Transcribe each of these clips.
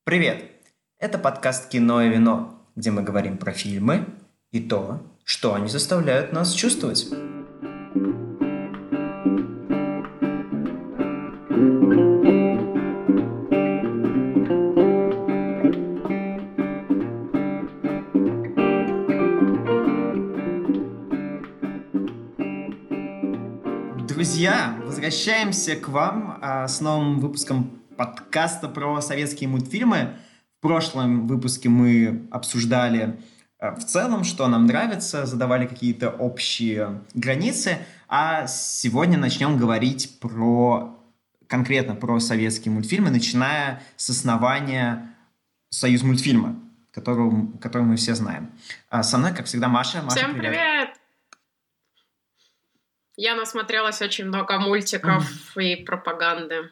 Привет! Это подкаст «Кино и вино», где мы говорим про фильмы и то, что они заставляют нас чувствовать. Друзья, возвращаемся к вам с новым выпуском подкаста про советские мультфильмы. В прошлом выпуске мы обсуждали в целом, что нам нравится, задавали какие-то общие границы, а сегодня начнем говорить конкретно про советские мультфильмы, начиная с основания Союзмультфильма, который мы все знаем. Со мной, как всегда, Маша. Маша, Всем привет! Я насмотрелась очень много мультиков и пропаганды.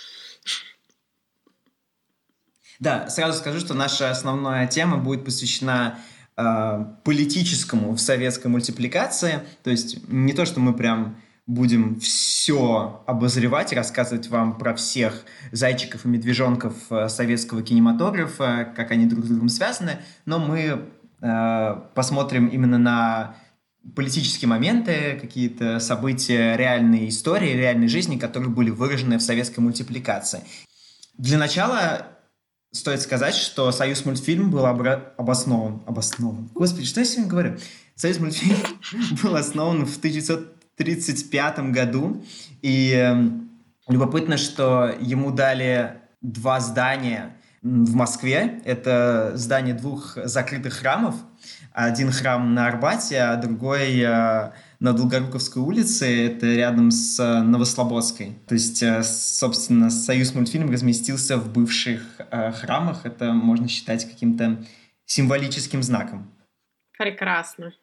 Да, сразу скажу, что наша основная тема будет посвящена политическому в советской мультипликации. То есть не то, что мы прям будем все обозревать и рассказывать вам про всех зайчиков и медвежонков советского кинематографа, как они друг с другом связаны, но мы посмотрим именно на политические моменты, какие-то события реальной истории, реальной жизни, которые были выражены в советской мультипликации. Для начала стоит сказать, что Союзмультфильм был обоснован. Господи, что я сегодня говорю? Союзмультфильм был основан в 1935 году. И любопытно, что ему дали 2 здания в Москве. Это здание 2 закрытых храмов. Один храм на Арбате, а другой на Долгоруковской улице, это рядом с Новослободской. То есть, собственно, Союзмультфильм разместился в бывших храмах. Это можно считать каким-то символическим знаком. Прекрасно.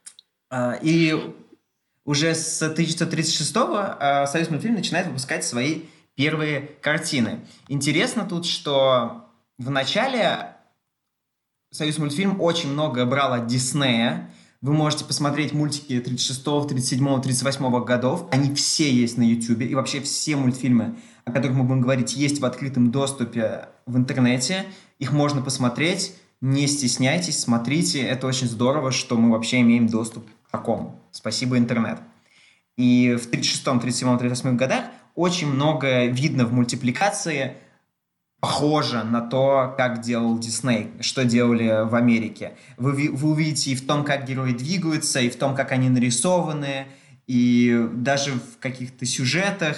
И уже с 1936-го Союзмультфильм начинает выпускать свои первые картины. Интересно тут, что в начале Союзмультфильм очень много брал от Диснея. Вы можете посмотреть мультики 36-го, 37-го, 38-го годов. Они все есть на Ютубе. И вообще все мультфильмы, о которых мы будем говорить, есть в открытом доступе в интернете. Их можно посмотреть. Не стесняйтесь, смотрите. Это очень здорово, что мы вообще имеем доступ к такому. Спасибо, интернет. И в 36-м, 37-м, 38-м годах очень много видно в мультипликации похоже на то, как делал Дисней, что делали в Америке. Вы увидите и в том, как герои двигаются, и в том, как они нарисованы, и даже в каких-то сюжетах.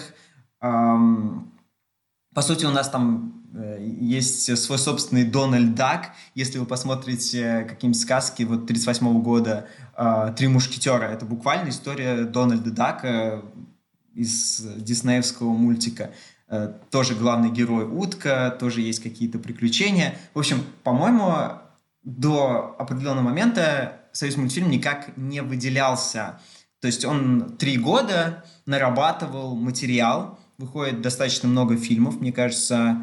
По сути, у нас там есть свой собственный Дональд Дак. Если вы посмотрите какие-нибудь сказки вот 1938 года «Три мушкетера», это буквально история Дональда Дака из диснеевского мультика. Тоже главный герой утка, тоже есть какие-то приключения. В общем, по-моему, до определенного момента Союзмультфильм никак не выделялся. То есть он 3 года нарабатывал материал, выходит достаточно много фильмов, мне кажется,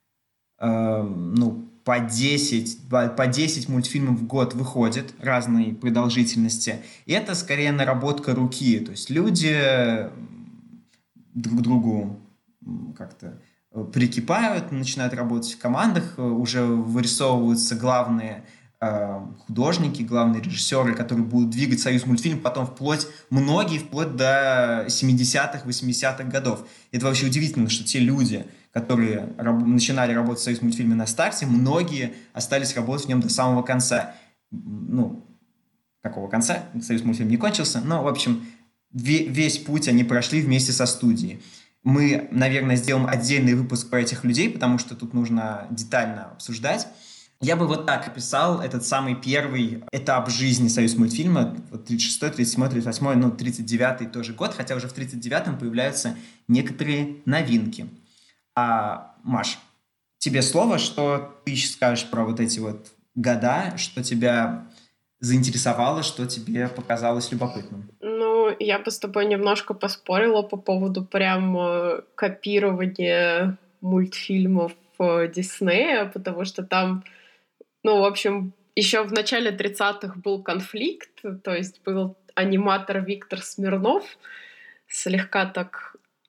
по 10 мультфильмов в год выходит разной продолжительности. И это скорее наработка руки. То есть люди друг другу как-то прикипают, начинают работать в командах, уже вырисовываются главные художники, главные режиссеры, которые будут двигать Союзмультфильм потом вплоть до 70-х, 80-х годов. Это вообще удивительно, что те люди, которые начинали работать в Союзмультфильме на старте, многие остались работать в нем до самого конца. Какого конца? Союзмультфильм не кончился, но, в общем, весь путь они прошли вместе со студией. Мы, наверное, сделаем отдельный выпуск про этих людей, потому что тут нужно детально обсуждать. Я бы вот так описал этот самый первый этап жизни Союзмультфильма. 36-й, 37-й, 38-й, 39-й тоже год, хотя уже в 39-м появляются некоторые новинки. Маш, тебе слово, что ты скажешь про вот эти вот года, что тебя заинтересовало, что тебе показалось любопытным? Я бы с тобой немножко поспорила по поводу прям копирования мультфильмов Диснея, потому что там, в общем, еще в начале 30-х был конфликт, то есть был аниматор Виктор Смирнов, слегка так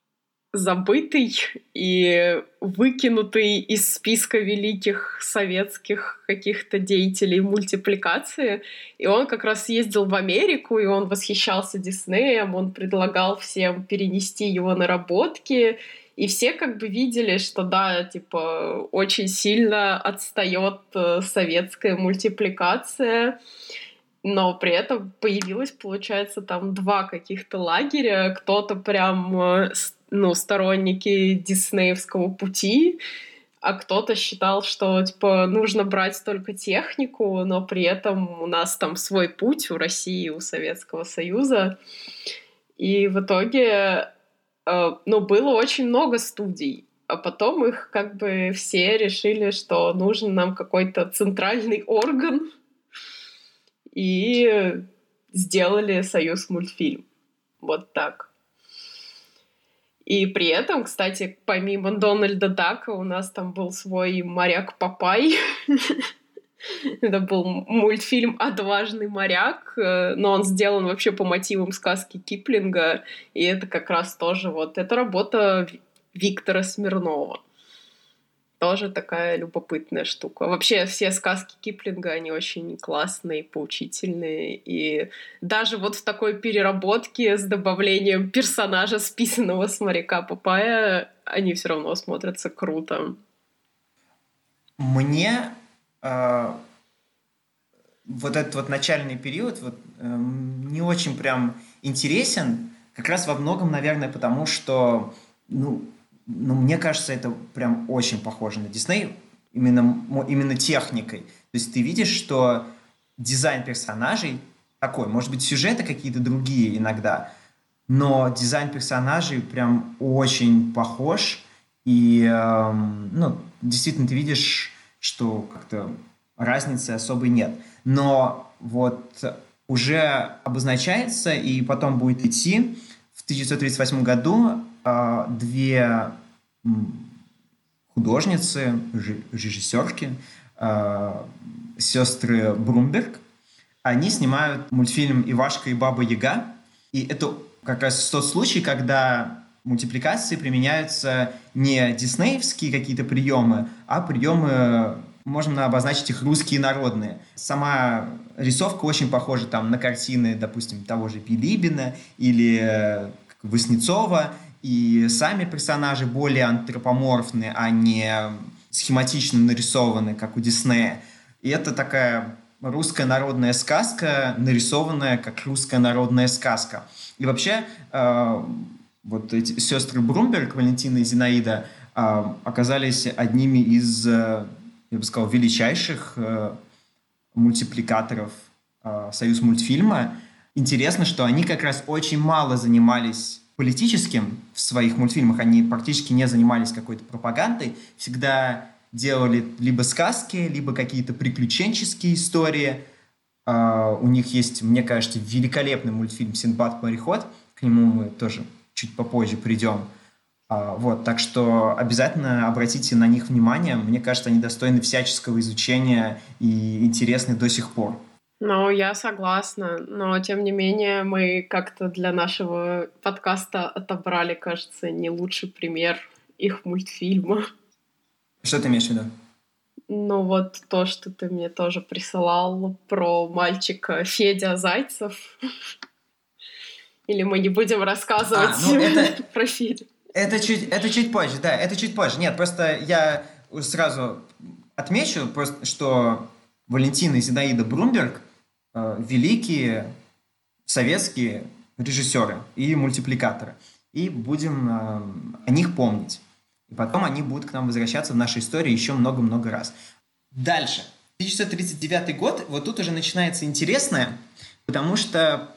забытый и выкинутый из списка великих советских каких-то деятелей мультипликации. И он как раз ездил в Америку, и он восхищался Диснеем, он предлагал всем перенести его наработки, и все как бы видели, что да, типа, очень сильно отстает советская мультипликация, но при этом появилось, получается, там два каких-то лагеря. Кто-то прям, сторонники диснеевского пути, а кто-то считал, что, типа, нужно брать только технику, но при этом у нас там свой путь у России, у Советского Союза. И в итоге, было очень много студий, а потом их как бы все решили, что нужен нам какой-то центральный орган, и сделали Союз мультфильм. Вот так. И при этом, кстати, помимо Дональда Дака, у нас там был свой моряк Папай. Это был мультфильм «Отважный моряк», но он сделан вообще по мотивам сказки Киплинга, и это как раз тоже вот эта работа Виктора Смирнова. Тоже такая любопытная штука. Вообще все сказки Киплинга, они очень классные, поучительные. И даже вот в такой переработке с добавлением персонажа, списанного с моряка Папая, они все равно смотрятся круто. Мне вот этот вот начальный период не очень прям интересен, как раз во многом, наверное, потому что, мне кажется, это прям очень похоже на Дисней, именно техникой. То есть ты видишь, что дизайн персонажей такой, может быть, сюжеты какие-то другие иногда, но дизайн персонажей прям очень похож, и, действительно, ты видишь, что как-то разницы особой нет. Но вот уже обозначается, и потом будет идти в 1938 году две художницы, режиссерки, сестры Брумберг. Они снимают мультфильм «Ивашка и Баба Яга». И это как раз тот случай, когда мультипликации применяются не диснеевские какие-то приемы, а приемы, можно обозначить их, русские народные. Сама рисовка очень похожа там на картины, допустим, того же Билибина или Васнецова. И сами персонажи более антропоморфны, а не схематично нарисованы, как у Диснея. И это такая русская народная сказка, нарисованная как русская народная сказка. И вообще, вот эти сестры Брумберг, Валентина и Зинаида, оказались одними из, я бы сказал, величайших мультипликаторов Союз мультфильма. Интересно, что они как раз очень мало занимались политическим в своих мультфильмах, они практически не занимались какой-то пропагандой, всегда делали либо сказки, либо какие-то приключенческие истории. У них есть, мне кажется, великолепный мультфильм «Синдбад-мореход», к нему мы тоже чуть попозже придем. Так что обязательно обратите на них внимание, мне кажется, они достойны всяческого изучения и интересны до сих пор. Я согласна, но тем не менее мы как-то для нашего подкаста отобрали, кажется, не лучший пример их мультфильма. Что ты имеешь в виду? Вот то, что ты мне тоже присылал про мальчика Федя Зайцев. Или мы не будем рассказывать про Федю? Это чуть позже, да, это чуть позже. Нет, просто я сразу отмечу, что Валентина и Зинаида Брумберг великие советские режиссеры и мультипликаторы. И будем о них помнить. И потом они будут к нам возвращаться в нашей истории еще много-много раз. Дальше. 1939 год, вот тут уже начинается интересное, потому что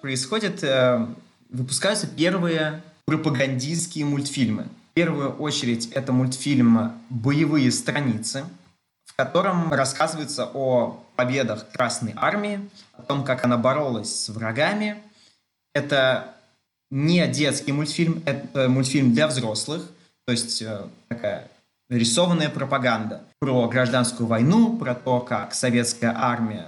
выпускаются первые пропагандистские мультфильмы. В первую очередь это мультфильм «Боевые страницы», в котором рассказывается о победах Красной Армии, о том, как она боролась с врагами. Это не детский мультфильм, это мультфильм для взрослых, то есть такая рисованная пропаганда про гражданскую войну, про то, как советская армия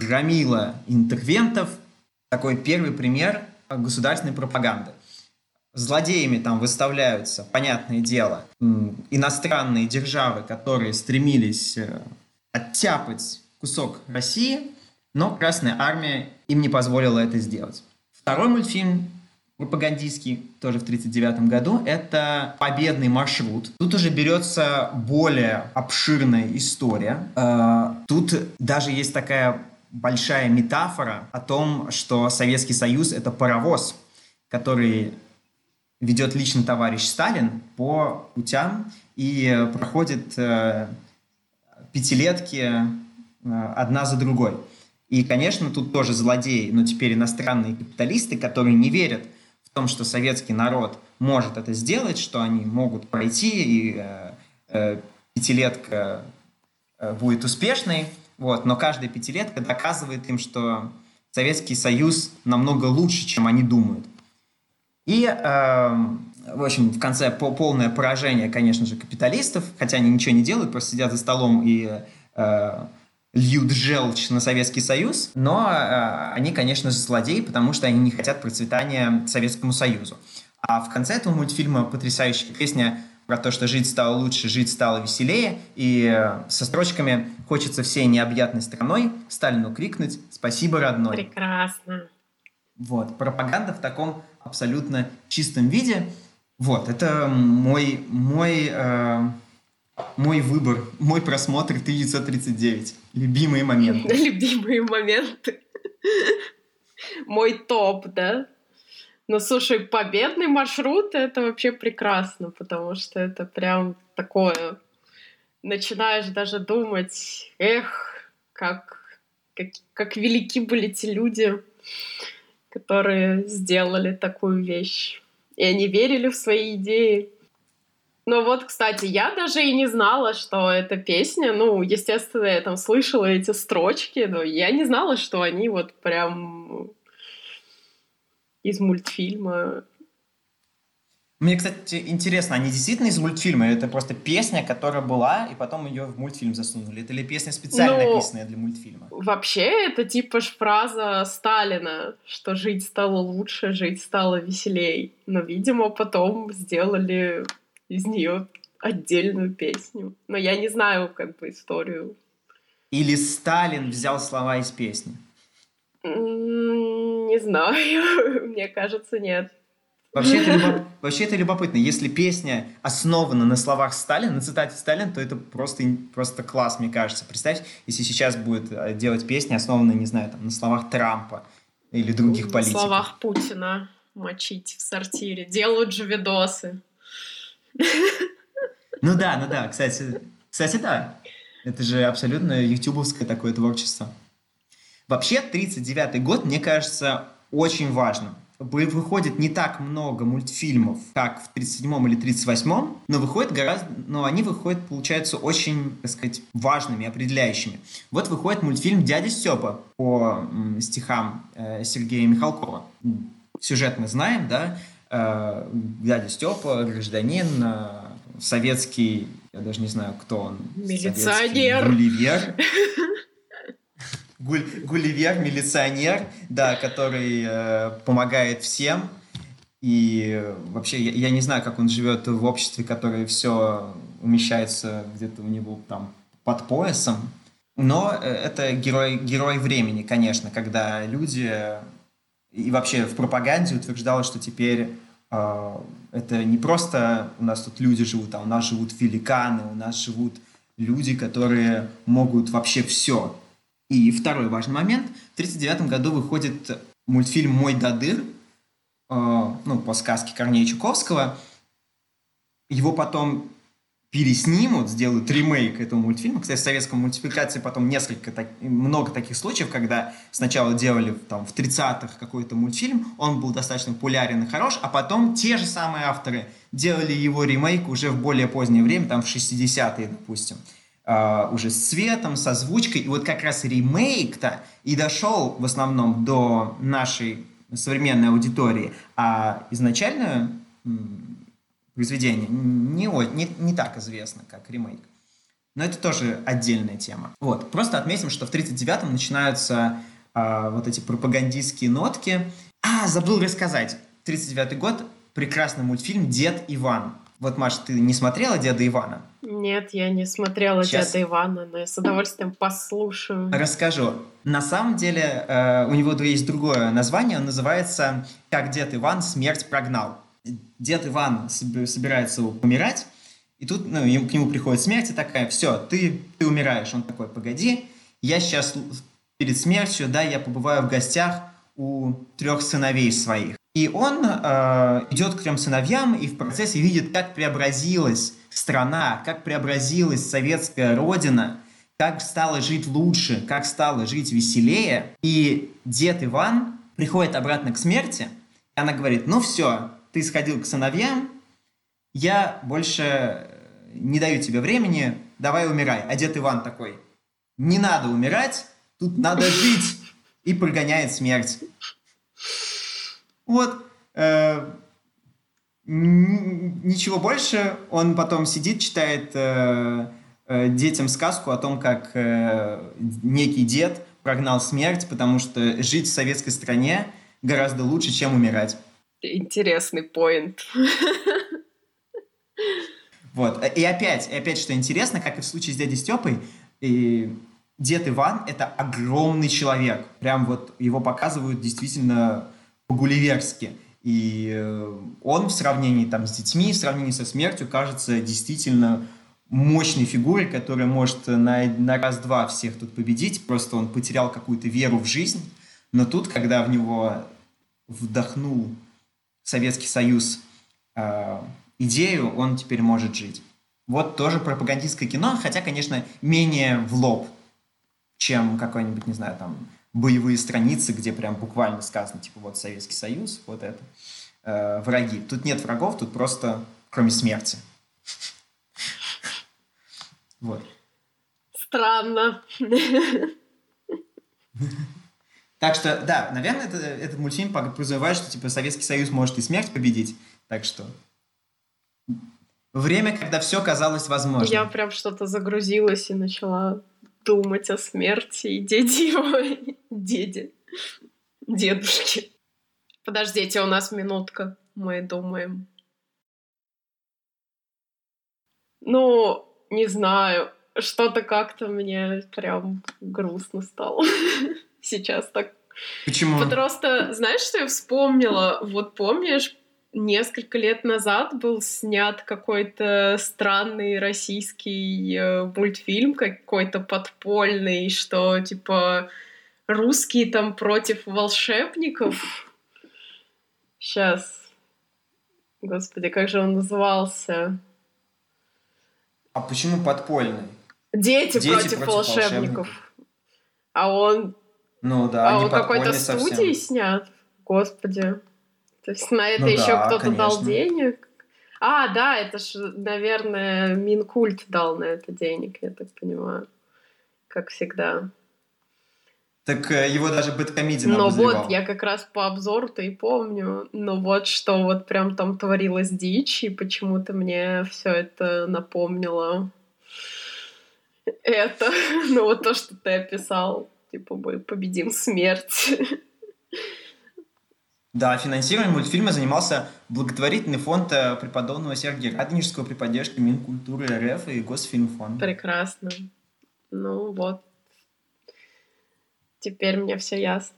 громила интервентов. Такой первый пример государственной пропаганды. Злодеями там выставляются, понятное дело, иностранные державы, которые стремились оттяпать кусок России, но Красная Армия им не позволила это сделать. Второй мультфильм пропагандистский, тоже в 1939 году, это «Победный маршрут». Тут уже берется более обширная история. Тут даже есть такая большая метафора о том, что Советский Союз — это паровоз, который ведет лично товарищ Сталин по путям и проходит пятилетки одна за другой. И, конечно, тут тоже злодеи, но теперь иностранные капиталисты, которые не верят в том, что советский народ может это сделать, что они могут пройти, и пятилетка будет успешной. Вот. Но каждая пятилетка доказывает им, что Советский Союз намного лучше, чем они думают. И, в общем, в конце полное поражение, конечно же, капиталистов, хотя они ничего не делают, просто сидят за столом и льют желчь на Советский Союз, но они, конечно же, злодеи, потому что они не хотят процветания Советскому Союзу. А в конце этого мультфильма потрясающая песня про то, что жить стало лучше, жить стало веселее, и со строчками «Хочется всей необъятной страной Сталину крикнуть «Спасибо, родной». Прекрасно. Вот, пропаганда в таком абсолютно чистом виде. Вот, это мой выбор, мой просмотр 1939. Любимые моменты. Любимые моменты. Мой топ, да? Ну, слушай, «Победный маршрут» — это вообще прекрасно, потому что это прям такое... Начинаешь даже думать, как велики были те люди, которые сделали такую вещь. И они верили в свои идеи. Но вот, кстати, я даже и не знала, что эта песня, ну, естественно, я там слышала эти строчки, но я не знала, что они вот прям из мультфильма. Мне, кстати, интересно, они действительно из мультфильма? Это просто песня, которая была, и потом ее в мультфильм засунули? Это ли песня специально написанная для мультфильма? Вообще, это типа фраза Сталина, что жить стало лучше, жить стало веселей. Но, видимо, потом сделали из нее отдельную песню. Но я не знаю, как бы, историю. Или Сталин взял слова из песни? Не знаю. Мне кажется, нет. Вообще это любопытно. Если песня основана на словах Сталина, на цитате Сталина, то это просто класс, мне кажется. Представь, если сейчас будет делать песни, основанные, не знаю, там, на словах Трампа или других политиков. На словах Путина мочить в сортире. Делают же видосы. Ну да, кстати, да. Это же абсолютно ютубовское такое творчество. Вообще, 1939 год, мне кажется, очень важным. Выходит не так много мультфильмов, как в 1937 или 1938, но они выходят, получается, очень, так сказать, важными, определяющими. Вот выходит мультфильм «Дядя Степа» по стихам Сергея Михалкова. Сюжет мы знаем, да? Дядя Степа, гражданин, советский, я даже не знаю, кто он. Милиционер. Гулливер, милиционер, да, который помогает всем. И вообще, я не знаю, как он живет в обществе, которое все умещается где-то у него там под поясом. Но это герой времени, конечно, когда люди... И вообще в пропаганде утверждалось, что теперь это не просто у нас тут люди живут, а у нас живут великаны, у нас живут люди, которые могут вообще все. И второй важный момент. В 1939 году выходит мультфильм «Мой Дадыр», по сказке Корнея Чуковского. Его потом переснимут, сделают ремейк этого мультфильма. Кстати, в советской мультипликации потом много таких случаев, когда сначала делали там, в 30-х какой-то мультфильм, он был достаточно популярен и хорош, а потом те же самые авторы делали его ремейк уже в более позднее время, там в 60-е, допустим. Уже с цветом, с озвучкой. И вот как раз ремейк-то и дошел в основном до нашей современной аудитории, а изначально произведение не так известно, как ремейк. Но это тоже отдельная тема. Вот. Просто отметим, что в 1939-м начинаются вот эти пропагандистские нотки. Забыл рассказать. 1939 год прекрасный мультфильм «Дед Иван». Вот, Маш, ты не смотрела «Деда Ивана»? Нет, я не смотрела Сейчас «Деда Ивана», но я с удовольствием послушаю. расскажу. На самом деле у него есть другое название, он называется «Как дед Иван смерть прогнал». Дед Иван собирается умирать, и тут к нему приходит смерть и такая: все, ты умираешь. Он такой: погоди, я сейчас перед смертью, да, я побываю в гостях у 3 сыновей своих. И он идет к 3 сыновьям и в процессе видит, как преобразилась страна, как преобразилась советская родина, как стало жить лучше, как стало жить веселее. И дед Иван приходит обратно к смерти, и она говорит: ну все, ты сходил к сыновьям, я больше не даю тебе времени, давай умирай. А дед Иван такой: не надо умирать, тут надо жить. И прогоняет смерть. Вот. Ничего больше. Он потом сидит, читает детям сказку о том, как некий дед прогнал смерть, потому что жить в советской стране гораздо лучше, чем умирать. Интересный поинт. Вот. И опять, что интересно, как и в случае с дядей Степой, дед Иван — это огромный человек. Прям вот его показывают действительно по-гулливерски. И он в сравнении там с детьми, в сравнении со смертью кажется действительно мощной фигурой, которая может на раз-два всех тут победить. Просто он потерял какую-то веру в жизнь. Но тут, когда в него вдохнул Советский Союз идею, он теперь может жить. Вот тоже пропагандистское кино, хотя, конечно, менее в лоб, чем какой-нибудь, не знаю, там, боевые страницы, где прям буквально сказано, типа, вот Советский Союз, вот это, враги. Тут нет врагов, тут просто кроме смерти. Вот. Странно. Так что, да, наверное, этот мультфильм подразумевает, что, типа, Советский Союз может и смерть победить, так что время, когда все казалось возможным. Я прям что-то загрузилась и начала думать о смерти и дедушке. Подождите, у нас минутка. Мы думаем. Ну, не знаю. Что-то как-то мне прям грустно стало. Сейчас так. Почему? Просто, знаешь, что я вспомнила? Вот помнишь, несколько лет назад был снят какой-то странный российский мультфильм, какой-то подпольный, что типа русские там против волшебников. Сейчас. Господи, как же он назывался? А почему подпольный? Дети против волшебников. А он... Ну да, а не он какой-то совсем. студии снят? Господи. То есть на это Ну еще да, кто-то конечно. дал денег? А, да, это ж, наверное, Минкульт дал на это денег, я так понимаю. Как всегда. Так его даже Бэдкомедиан Но обозревал. вот, я как раз по обзору-то и помню. Но вот что вот прям там творилась дичь, и почему-то мне все это напомнило это. Ну вот то, что ты описал. Типа, мы победим смерть. Да, финансированием мультфильма занимался благотворительный фонд преподобного Сергия Радонежского при поддержке Минкультуры РФ и Госфильмфонда. Прекрасно. Ну вот. Теперь мне все ясно.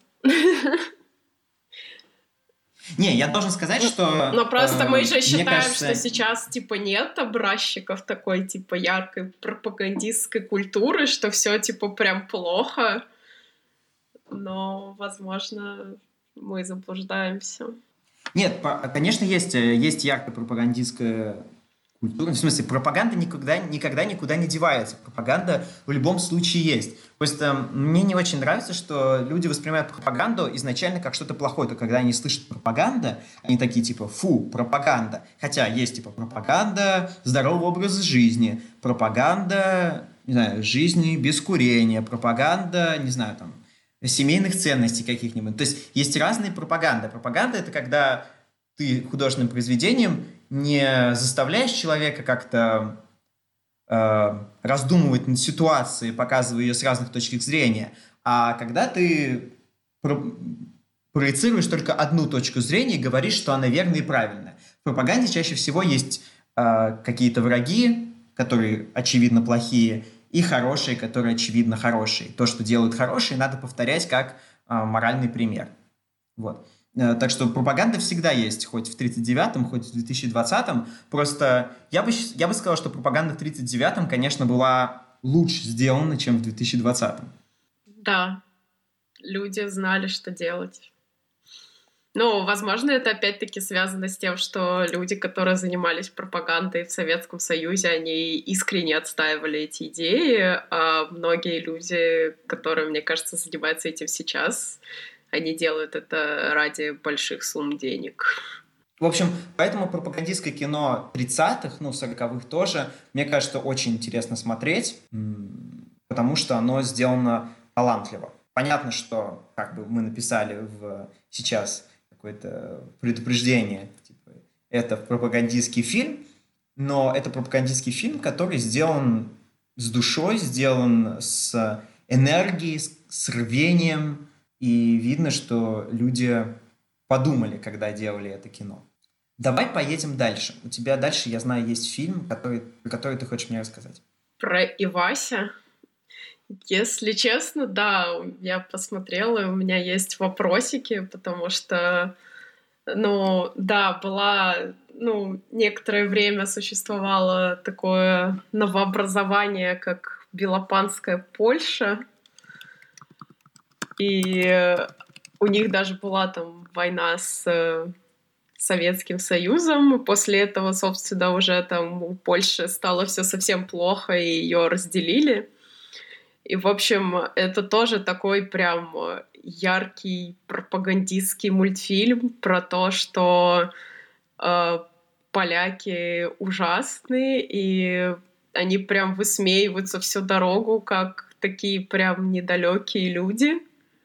Не, я должен сказать, что... Но просто мы же считаем, кажется... что сейчас, типа, нет образчиков такой, типа, яркой пропагандистской культуры, что все типа, прям плохо. Но, возможно, мы заблуждаемся. Нет, конечно, есть яркая пропагандистская культура. В смысле, пропаганда никогда никуда не девается. Пропаганда в любом случае есть. Просто мне не очень нравится, что люди воспринимают пропаганду изначально как что-то плохое. То когда они слышат пропаганда, они такие типа: фу, пропаганда. Хотя есть типа пропаганда здорового образа жизни, пропаганда, не знаю, жизни без курения, пропаганда, не знаю, там, семейных ценностей каких-нибудь. То есть есть разные пропаганды. Пропаганда — это когда ты художественным произведением не заставляешь человека как-то раздумывать над ситуацией, показывая ее с разных точек зрения, а когда ты проецируешь только одну точку зрения и говоришь, что она верная и правильная. В пропаганде чаще всего есть какие-то враги, которые очевидно плохие, и хорошие, которые очевидно хорошие. То, что делают хорошие, надо повторять как моральный пример. Вот. Так что пропаганда всегда есть, хоть в 1939-м, хоть в 2020-м. Просто я бы сказал, что пропаганда в 1939-м, конечно, была лучше сделана, чем в 2020-м. Да, люди знали, что делать. Ну, возможно, это опять-таки связано с тем, что люди, которые занимались пропагандой в Советском Союзе, они искренне отстаивали эти идеи, а многие люди, которые, мне кажется, занимаются этим сейчас, они делают это ради больших сумм денег. В общем, поэтому пропагандистское кино 30-х, 40-х тоже, мне кажется, очень интересно смотреть, потому что оно сделано талантливо. Понятно, что мы написали сейчас какое-то предупреждение, типа, это пропагандистский фильм, но это пропагандистский фильм, который сделан с душой, сделан с энергией, с рвением, и видно, что люди подумали, когда делали это кино. Давай поедем дальше. У тебя дальше, я знаю, есть фильм, про который ты хочешь мне рассказать. Про Ивася? Если честно, да, я посмотрела, и у меня есть вопросики, потому что, некоторое время существовало такое новообразование, как Белопанская Польша, и у них даже была там война с Советским Союзом, и после этого, собственно, уже там у Польши стало все совсем плохо, и ее разделили. И, в общем, это тоже такой прям яркий пропагандистский мультфильм про то, что поляки ужасные, и они прям высмеиваются всю дорогу, как такие прям недалекие люди.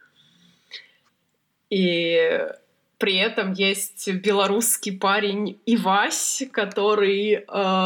И при этом есть белорусский парень Ивась, который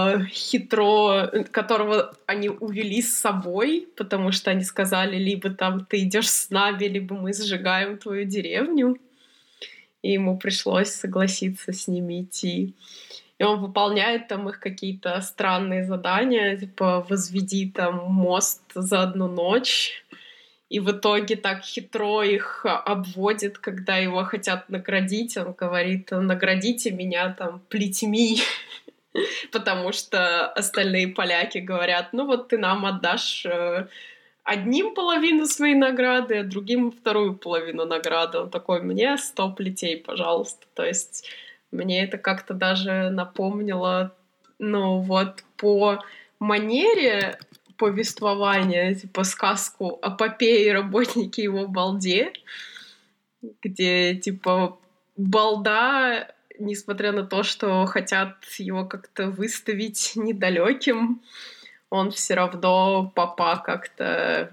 которого они увели с собой, потому что они сказали, либо там ты идешь с нами, либо мы сжигаем твою деревню. И ему пришлось согласиться с ними идти. И он выполняет там их какие-то странные задания, типа возведи там мост за одну ночь. И в итоге так хитро их обводит, когда его хотят наградить. Он говорит, наградите меня там плетьми, потому что остальные поляки говорят, ты нам отдашь одним половину своей награды, а другим вторую половину награды. Он такой, мне 100 плетей, пожалуйста. То есть мне это как-то даже напомнило, по манере повествования, типа сказку о попе и работнике его балде, где, типа, балда, несмотря на то, что хотят его как-то выставить недалеким, он все равно попа как-то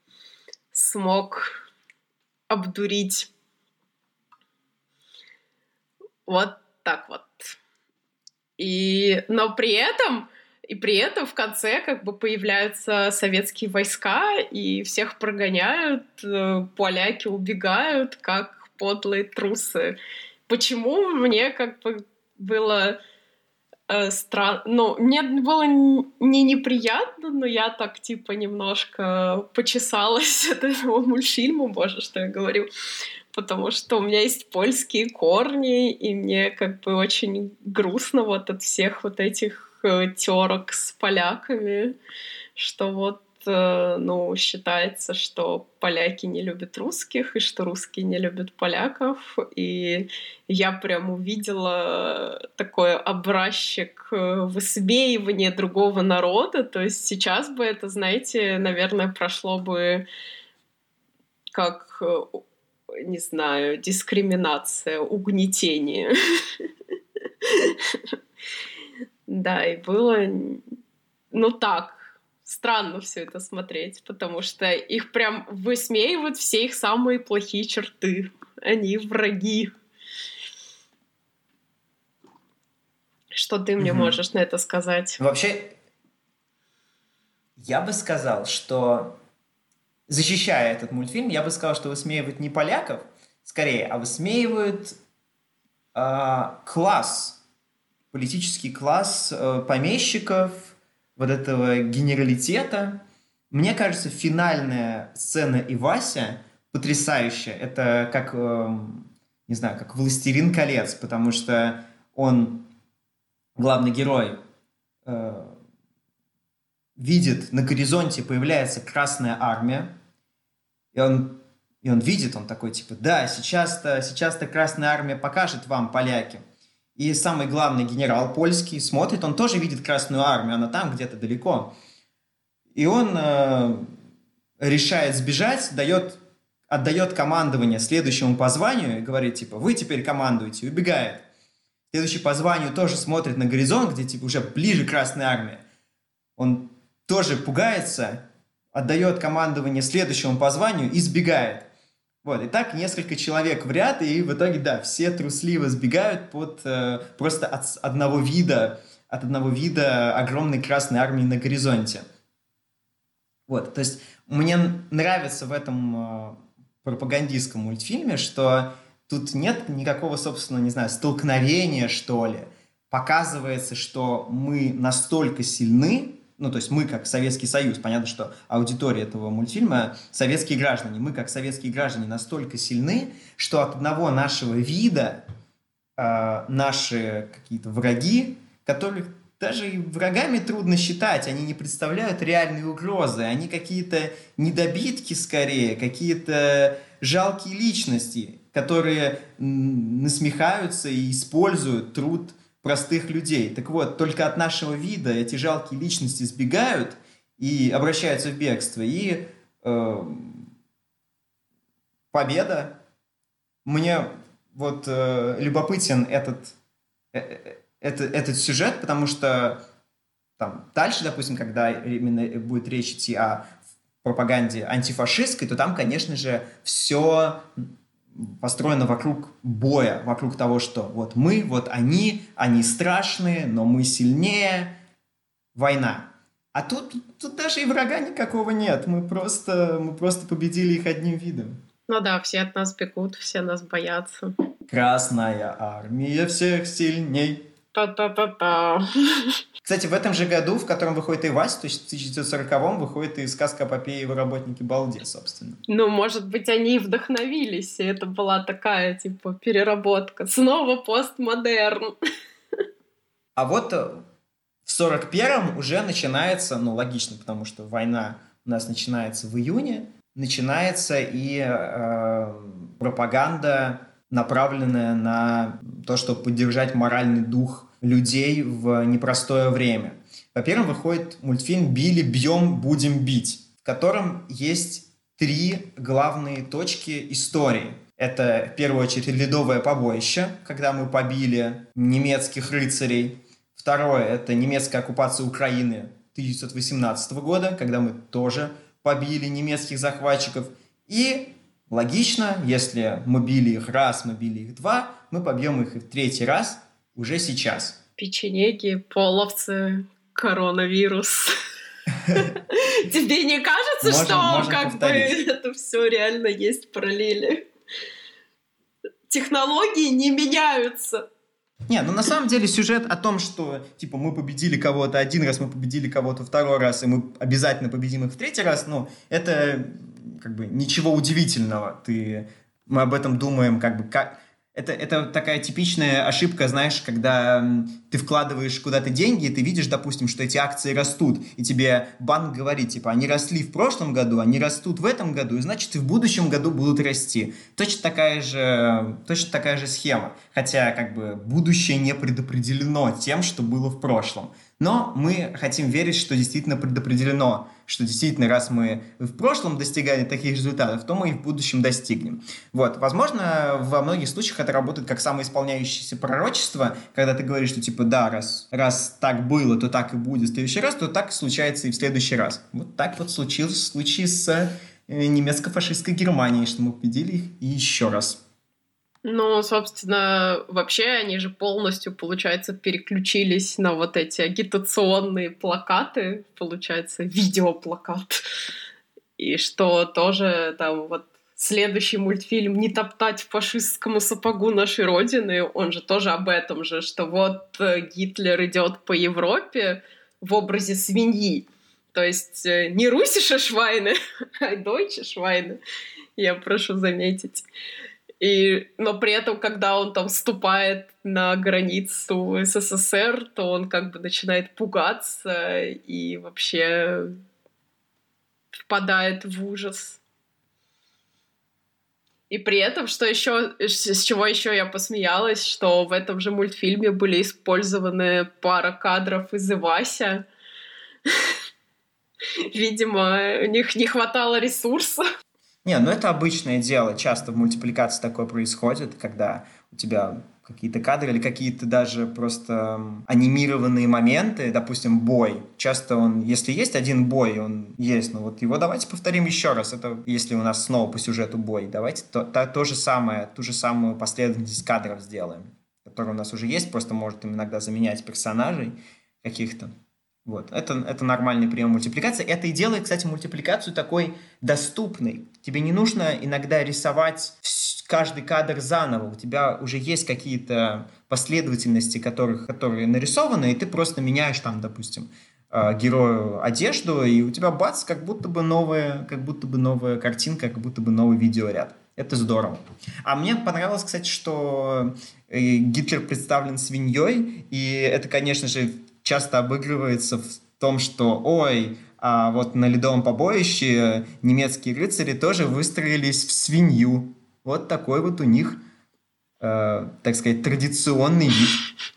смог обдурить. Вот так вот. Но при этом в конце появляются советские войска, и всех прогоняют, поляки убегают, как подлые трусы. Почему мне было странно? Мне было не неприятно, но я так немножко почесалась от этого мультфильма, боже, что я говорю. Потому что у меня есть польские корни, и мне очень грустно от всех этих терок с поляками, что считается, что поляки не любят русских, и что русские не любят поляков. И я прям увидела такой образчик высмеивания другого народа. То есть сейчас бы это, знаете, наверное, прошло бы как, не знаю, дискриминация, угнетение. Да, и было, так, странно все это смотреть, потому что их прям высмеивают все их самые плохие черты. Они враги. Что ты мне можешь на это сказать? Вообще, я бы сказал, что, защищая этот мультфильм, я бы сказал, что высмеивают не поляков, скорее, а высмеивают класс, политический класс помещиков, вот этого генералитета. Мне кажется, финальная сцена Ивася потрясающая. Это как, не знаю, как «Властелин колец», потому что он, главный герой, видит, на горизонте появляется Красная Армия, и он видит, он такой, типа, да, сейчас-то Красная Армия покажет вам, поляки. И самый главный генерал польский смотрит, он тоже видит Красную Армию, она там где-то далеко. И он решает сбежать, отдает командование следующему по званию и говорит, типа, вы теперь командуете, и убегает. Следующий по званию тоже смотрит на горизонт, где, типа, уже ближе Красная Армия. Он тоже пугается, отдает командование следующему по званию и сбегает. Вот, и так несколько человек в ряд, и в итоге, да, все трусливо сбегают просто от одного вида огромной Красной Армии на горизонте. Вот, то есть мне нравится в этом пропагандистском мультфильме, что тут нет никакого, собственно, не знаю, столкновения, что ли. Показывается, что мы настолько сильны, ну, то есть мы, как Советский Союз, понятно, что аудитория этого мультфильма — советские граждане, мы, как советские граждане, настолько сильны, что от одного нашего вида наши какие-то враги, которых даже и врагами трудно считать, они не представляют реальной угрозы, они какие-то недобитки скорее, какие-то жалкие личности, которые насмехаются и используют труд простых людей. Так вот, только от нашего вида эти жалкие личности сбегают и обращаются в бегство. И победа. Мне вот любопытен этот сюжет, потому что там дальше, допустим, когда именно будет речь идти о пропаганде антифашистской, то там, конечно же, все построено вокруг боя, вокруг того, что вот мы, вот они страшные, но мы сильнее, война. А тут даже и врага никакого нет, мы просто победили их одним видом. Ну да, все от нас бегут, все нас боятся. Красная армия всех сильней. Та-та-та-та. Кстати, в этом же году, в котором выходит и Вася, то есть в 1940-м, выходит и сказка о Попе и его работнике Балде, собственно. Ну, может быть, они и вдохновились, и это была такая, типа, переработка. Снова постмодерн. А вот в 41-м уже начинается, ну, логично, потому что война у нас начинается в июне, начинается и пропаганда, направленная на то, чтобы поддержать моральный дух людей в непростое время. Во-первых, выходит мультфильм «Били, бьем, будем бить», в котором есть 3 главные точки истории. Это, в первую очередь, ледовое побоище, когда мы побили немецких рыцарей. Второе – это немецкая оккупация Украины 1918 года, когда мы тоже побили немецких захватчиков. И логично, если мы били их раз, мы били их 2, мы побьем их и в 3-й раз уже сейчас. Печенеги, половцы, коронавирус. Тебе не кажется, что как бы это все реально есть параллели? Технологии не меняются. Не, ну на самом деле сюжет о том, что типа мы победили кого-то 1 раз, мы победили кого-то 2 раз, и мы обязательно победим их в 3-й раз, ну, это как бы ничего удивительного. Мы об этом думаем как бы как... Это такая типичная ошибка, знаешь, когда ты вкладываешь куда-то деньги, и ты видишь, допустим, что эти акции растут, и тебе банк говорит, типа, они росли в прошлом году, они растут в этом году, и значит, и в будущем году будут расти. Точно такая же схема. Хотя, как бы, будущее не предопределено тем, что было в прошлом. Но мы хотим верить, что действительно предопределено, что действительно, раз мы в прошлом достигали таких результатов, то мы и в будущем достигнем. Вот. Возможно, во многих случаях это работает как самоисполняющееся пророчество, когда ты говоришь, что типа да, раз так было, то так и будет в следующий раз, то так и случается и в следующий раз. Вот так вот случилось в случае с немецко-фашистской Германией, что мы победили их и еще раз. Ну, собственно, вообще они же полностью, получается, переключились на вот эти агитационные плакаты, получается, видеоплакат. И что тоже там вот следующий мультфильм «Не топтать фашистскому сапогу нашей Родины», он же тоже об этом же, что вот Гитлер идет по Европе в образе свиньи. То есть не русische Schweine, а deutsche Schweine, я прошу заметить. Но при этом, когда он там вступает на границу СССР, то он как бы начинает пугаться и вообще впадает в ужас. И при этом, что еще, с чего еще я посмеялась, что в этом же мультфильме были использованы пара кадров из «Ивася». Видимо, у них не хватало ресурса. Не, ну это обычное дело. Часто в мультипликации такое происходит, когда у тебя какие-то кадры или какие-то даже просто анимированные моменты, допустим, бой. Часто он, если есть один бой, он есть, но вот его давайте повторим еще раз. Это если у нас снова по сюжету бой. Давайте то же самое, ту же самую последовательность кадров сделаем, которая у нас уже есть, просто может им иногда заменять персонажей каких-то. Вот. Это нормальный прием мультипликации. Это и делает, кстати, мультипликацию такой доступной. Тебе не нужно иногда рисовать каждый кадр заново. У тебя уже есть какие-то последовательности, которые нарисованы, и ты просто меняешь там, допустим, герою одежду, и у тебя бац, как будто бы новая картинка, как будто бы новый видеоряд. Это здорово. А мне понравилось, кстати, что Гитлер представлен свиньей, и это, конечно же, часто обыгрывается в том, что а вот на Ледовом побоище немецкие рыцари тоже выстроились в свинью. Вот такой вот у них, так сказать, традиционный вид.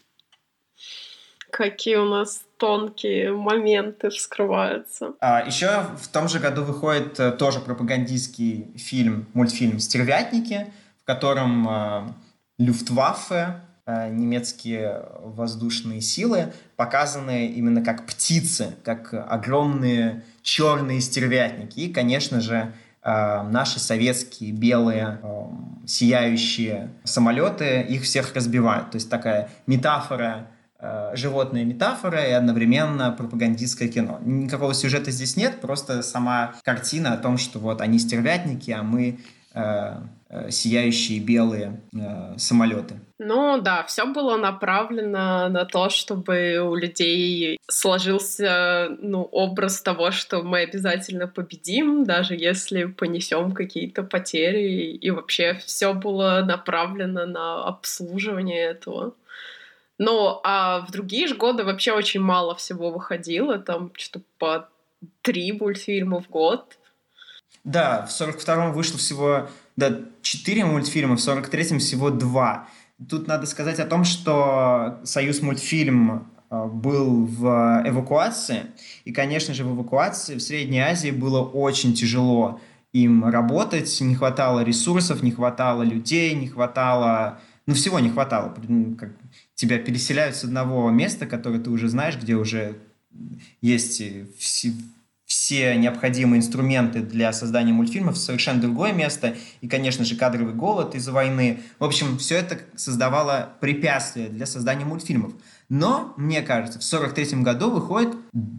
Какие у нас тонкие моменты вскрываются. Еще в том же году выходит тоже пропагандистский мультфильм «Стервятники», в котором Люфтваффе, немецкие воздушные силы, показаны именно как птицы, как огромные черные стервятники. И, конечно же, наши советские белые сияющие самолеты их всех разбивают. То есть такая метафора, животная метафора и одновременно пропагандистское кино. Никакого сюжета здесь нет, просто сама картина о том, что вот они стервятники, а мы сияющие белые самолеты. Ну да, все было направлено на то, чтобы у людей сложился образ того, что мы обязательно победим, даже если понесем какие-то потери. И вообще все было направлено на обслуживание этого. Ну, а в другие же годы вообще очень мало всего выходило. Там что-то по 3 мультфильма в год. Да, в 42-м вышло всего 4 мультфильма, в 43-м всего 2. Тут надо сказать о том, что Союзмультфильм был в эвакуации, и, конечно же, в эвакуации в Средней Азии было очень тяжело им работать, не хватало ресурсов, не хватало людей, не хватало... всего не хватало. Тебя переселяют с одного места, которое ты уже знаешь, где уже есть все необходимые инструменты для создания мультфильмов, в совершенно другое место, и, конечно же, кадровый голод из-за войны. В общем, все это создавало препятствия для создания мультфильмов. Но, мне кажется, в 1943 году выходят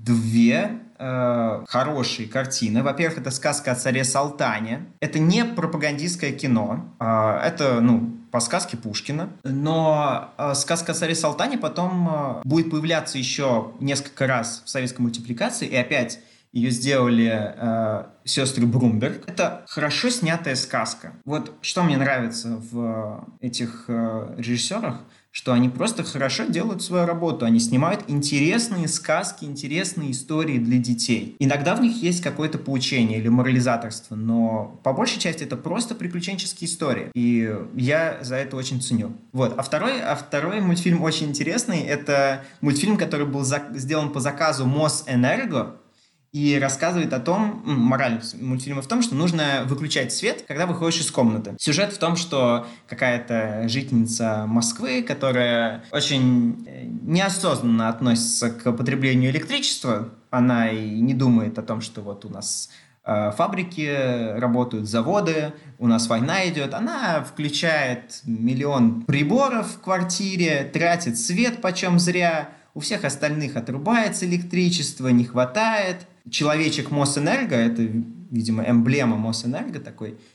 2 хорошие картины. Во-первых, это «Сказка о царе Салтане». Это не пропагандистское кино. Это, по сказке Пушкина. Но «Сказка о царе Салтане» потом будет появляться еще несколько раз в советской мультипликации, и опять ее сделали сестры Брумберг. Это хорошо снятая сказка. Вот что мне нравится в этих режиссерах, что они просто хорошо делают свою работу. Они снимают интересные сказки, интересные истории для детей. Иногда в них есть какое-то поучение или морализаторство, но по большей части это просто приключенческие истории. И я за это очень ценю. Вот. А второй мультфильм очень интересный. Это мультфильм, который был сделан по заказу Мосэнерго, и рассказывает о том, мораль мультфильма в том, что нужно выключать свет, когда выходишь из комнаты. Сюжет в том, что какая-то жительница Москвы, которая очень неосознанно относится к потреблению электричества, она и не думает о том, что вот у нас фабрики работают, заводы, у нас война идет. Она включает 1 миллион приборов в квартире, тратит свет почем зря, у всех остальных отрубается электричество, не хватает. Человечек Мосэнерго, это, видимо, эмблема Мосэнерго такой,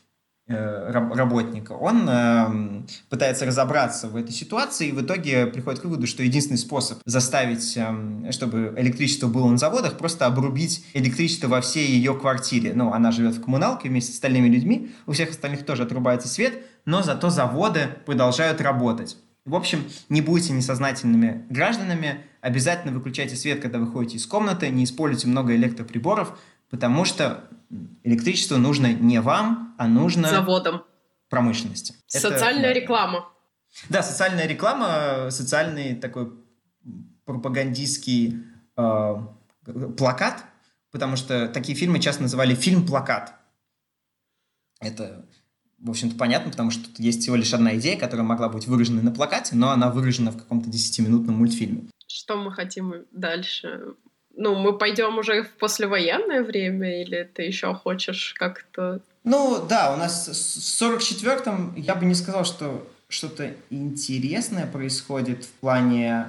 работника, он пытается разобраться в этой ситуации и в итоге приходит к выводу, что единственный способ заставить, чтобы электричество было на заводах, просто обрубить электричество во всей ее квартире. Ну, она живет в коммуналке вместе с остальными людьми, у всех остальных тоже отрубается свет, но зато заводы продолжают работать. В общем, не будьте несознательными гражданами, обязательно выключайте свет, когда выходите из комнаты, не используйте много электроприборов, потому что электричество нужно не вам, а нужно заводам. Промышленности. Социальная реклама. Да, социальная реклама, социальный такой пропагандистский плакат, потому что такие фильмы часто называли фильм-плакат. Это, в общем-то, понятно, потому что тут есть всего лишь одна идея, которая могла быть выражена на плакате, но она выражена в каком-то 10-минутном мультфильме. Что мы хотим дальше? Ну, мы пойдем уже в послевоенное время, или ты еще хочешь как-то... Ну, да, у нас в 44-м я бы не сказал, что что-то интересное происходит в плане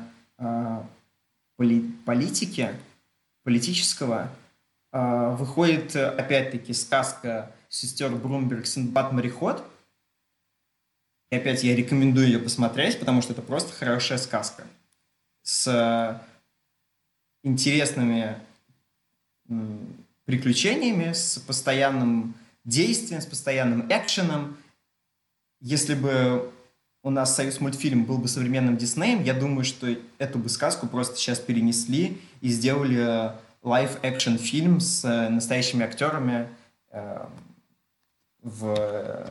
политики, политического. Выходит, опять-таки, сказка сестер Брумберг «Синдбад-мореход». И опять я рекомендую ее посмотреть, потому что это просто хорошая сказка. С интересными приключениями, с постоянным действием, с постоянным экшеном. Если бы у нас Союзмультфильм был бы современным Диснеем, я думаю, что эту бы сказку просто сейчас перенесли и сделали лайв-экшн фильм с настоящими актерами в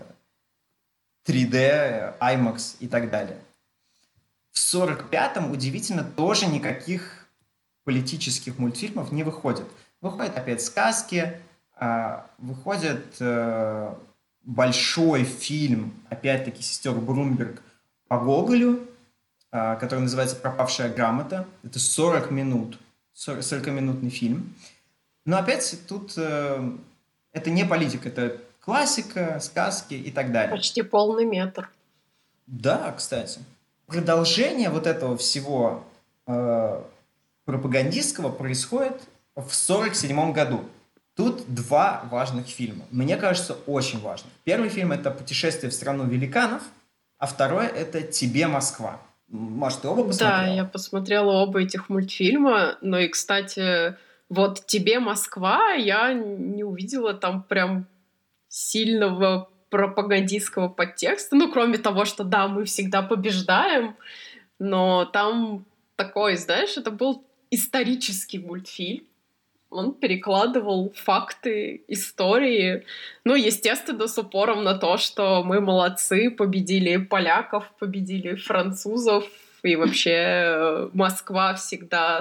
3D, IMAX и так далее. В 45-м, удивительно, тоже никаких политических мультфильмов не выходит. Выходят опять сказки, выходит большой фильм, опять-таки, сестер Брумберг по Гоголю, который называется «Пропавшая грамота». Это 40 минут, 40-минутный фильм. Но опять тут это не политика, это классика, сказки и так далее. Почти полный метр. Да, кстати. Продолжение вот этого всего пропагандистского происходит в 1947 году. Тут два важных фильма. Мне кажется, очень важных. Первый фильм – это «Путешествие в страну великанов», а второй – это «Тебе, Москва». Может, ты оба посмотрела? Да, я посмотрела оба этих мультфильма. Но и, кстати, вот «Тебе, Москва» я не увидела там прям сильного пропагандистского подтекста. Ну, кроме того, что да, мы всегда побеждаем, но там такой, знаешь, это был исторический мультфильм. Он перекладывал факты, истории. Ну, естественно, с упором на то, что мы молодцы, победили поляков, победили французов, и вообще Москва всегда...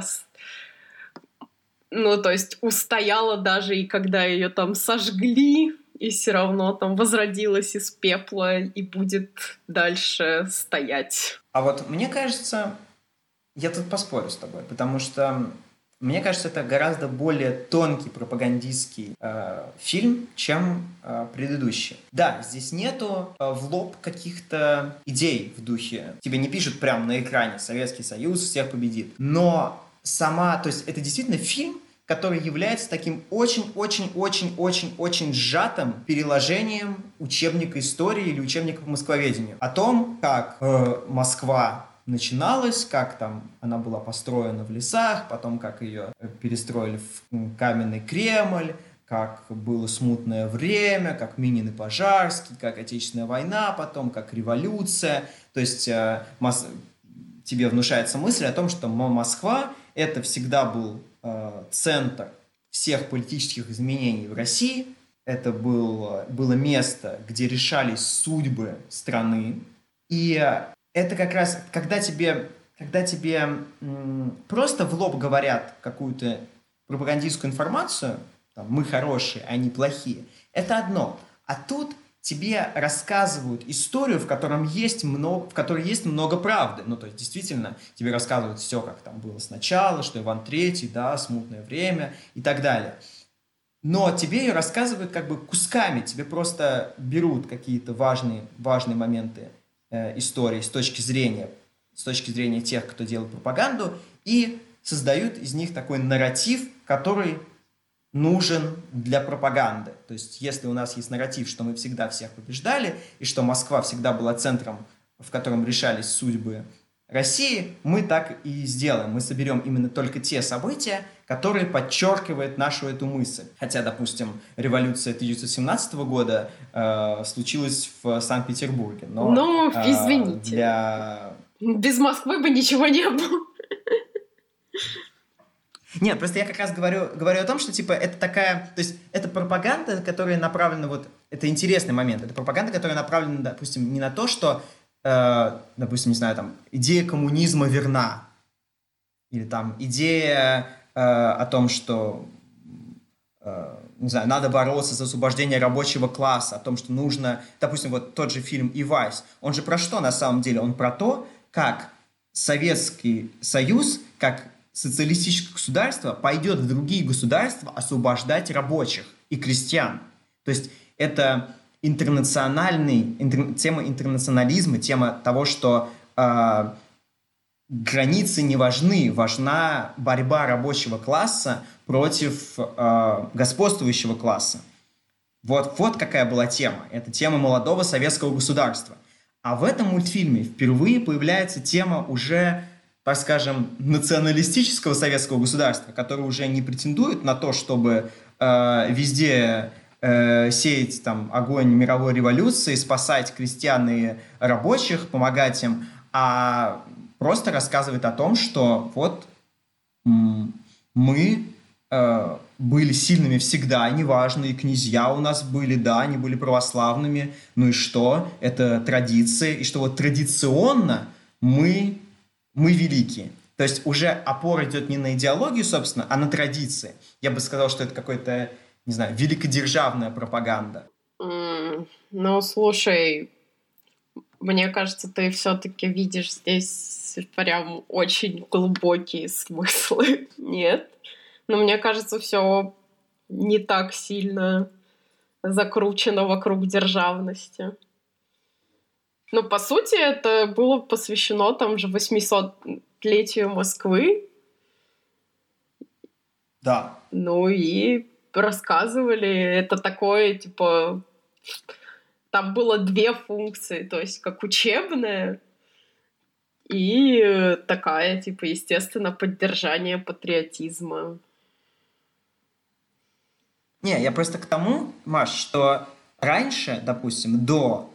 Ну, то есть устояла даже и когда ее там сожгли, и все равно там возродилась из пепла и будет дальше стоять. А вот мне кажется, я тут поспорю с тобой, потому что мне кажется, это гораздо более тонкий пропагандистский фильм, чем предыдущий. Да, здесь нету в лоб каких-то идей в духе. Тебе не пишут прямо на экране «Советский Союз всех победит». Но сама, то есть это действительно фильм, который является таким очень-очень-очень-очень-очень сжатым переложением учебника истории или учебника по москвоведению. О том, как Москва начиналась, как там она была построена в лесах, потом как ее перестроили в каменный Кремль, как было смутное время, как Минин и Пожарский, как Отечественная война, потом как революция. То есть тебе внушается мысль о том, что Москва – это всегда был центр всех политических изменений в России. Это было место, где решались судьбы страны. И это как раз, когда тебе просто в лоб говорят какую-то пропагандистскую информацию, там, мы хорошие, они плохие, это одно. А тут тебе рассказывают историю, в которой есть много правды. Ну, то есть, действительно, тебе рассказывают все, как там было сначала, что Иван III, да, смутное время и так далее. Но тебе ее рассказывают как бы кусками. Тебе просто берут какие-то важные моменты истории с точки зрения тех, кто делает пропаганду, и создают из них такой нарратив, который нужен для пропаганды. То есть, если у нас есть нарратив, что мы всегда всех побеждали, и что Москва всегда была центром, в котором решались судьбы России, мы так и сделаем. Мы соберем именно только те события, которые подчеркивают нашу эту мысль. Хотя, допустим, революция 1917 года случилась в Санкт-Петербурге. Но ну, извините. Без Москвы бы ничего не было. Нет, просто я как раз говорю о том, что типа это такая, то есть это пропаганда, которая направлена вот, это интересный момент, это пропаганда, которая направлена, допустим, не на то, что, допустим, не знаю, там, идея коммунизма верна, или там идея о том, что, не знаю, надо бороться за освобождение рабочего класса, о том, что нужно, допустим, вот тот же фильм «Ивайс», он же про что на самом деле? Он про то, как Советский Союз, как социалистическое государство пойдет в другие государства освобождать рабочих и крестьян. То есть это тема интернационализма, тема того, что границы не важны, важна борьба рабочего класса против господствующего класса. Вот какая была тема. Это тема молодого советского государства. А в этом мультфильме впервые появляется тема уже, так скажем, националистического советского государства, которое уже не претендует на то, чтобы везде сеять там огонь мировой революции, спасать крестьян и рабочих, помогать им, а просто рассказывает о том, что вот мы были сильными всегда, неважно, и князья у нас были, да, они были православными, ну и что? Это традиции, и что вот традиционно мы великие. То есть уже опора идет не на идеологию, собственно, а на традиции. Я бы сказал, что это какой-то, не знаю, великодержавная пропаганда. Ну, слушай, мне кажется, ты все-таки видишь здесь прям очень глубокие смыслы. Нет? Но мне кажется, все не так сильно закручено вокруг державности. Но, по сути, это было посвящено там же 800-летию Москвы. Да. Ну и рассказывали, это такое, типа, там было две функции, то есть как учебная и такая, типа, естественно, поддержание патриотизма. Не, я просто к тому, Маш, что раньше, допустим, до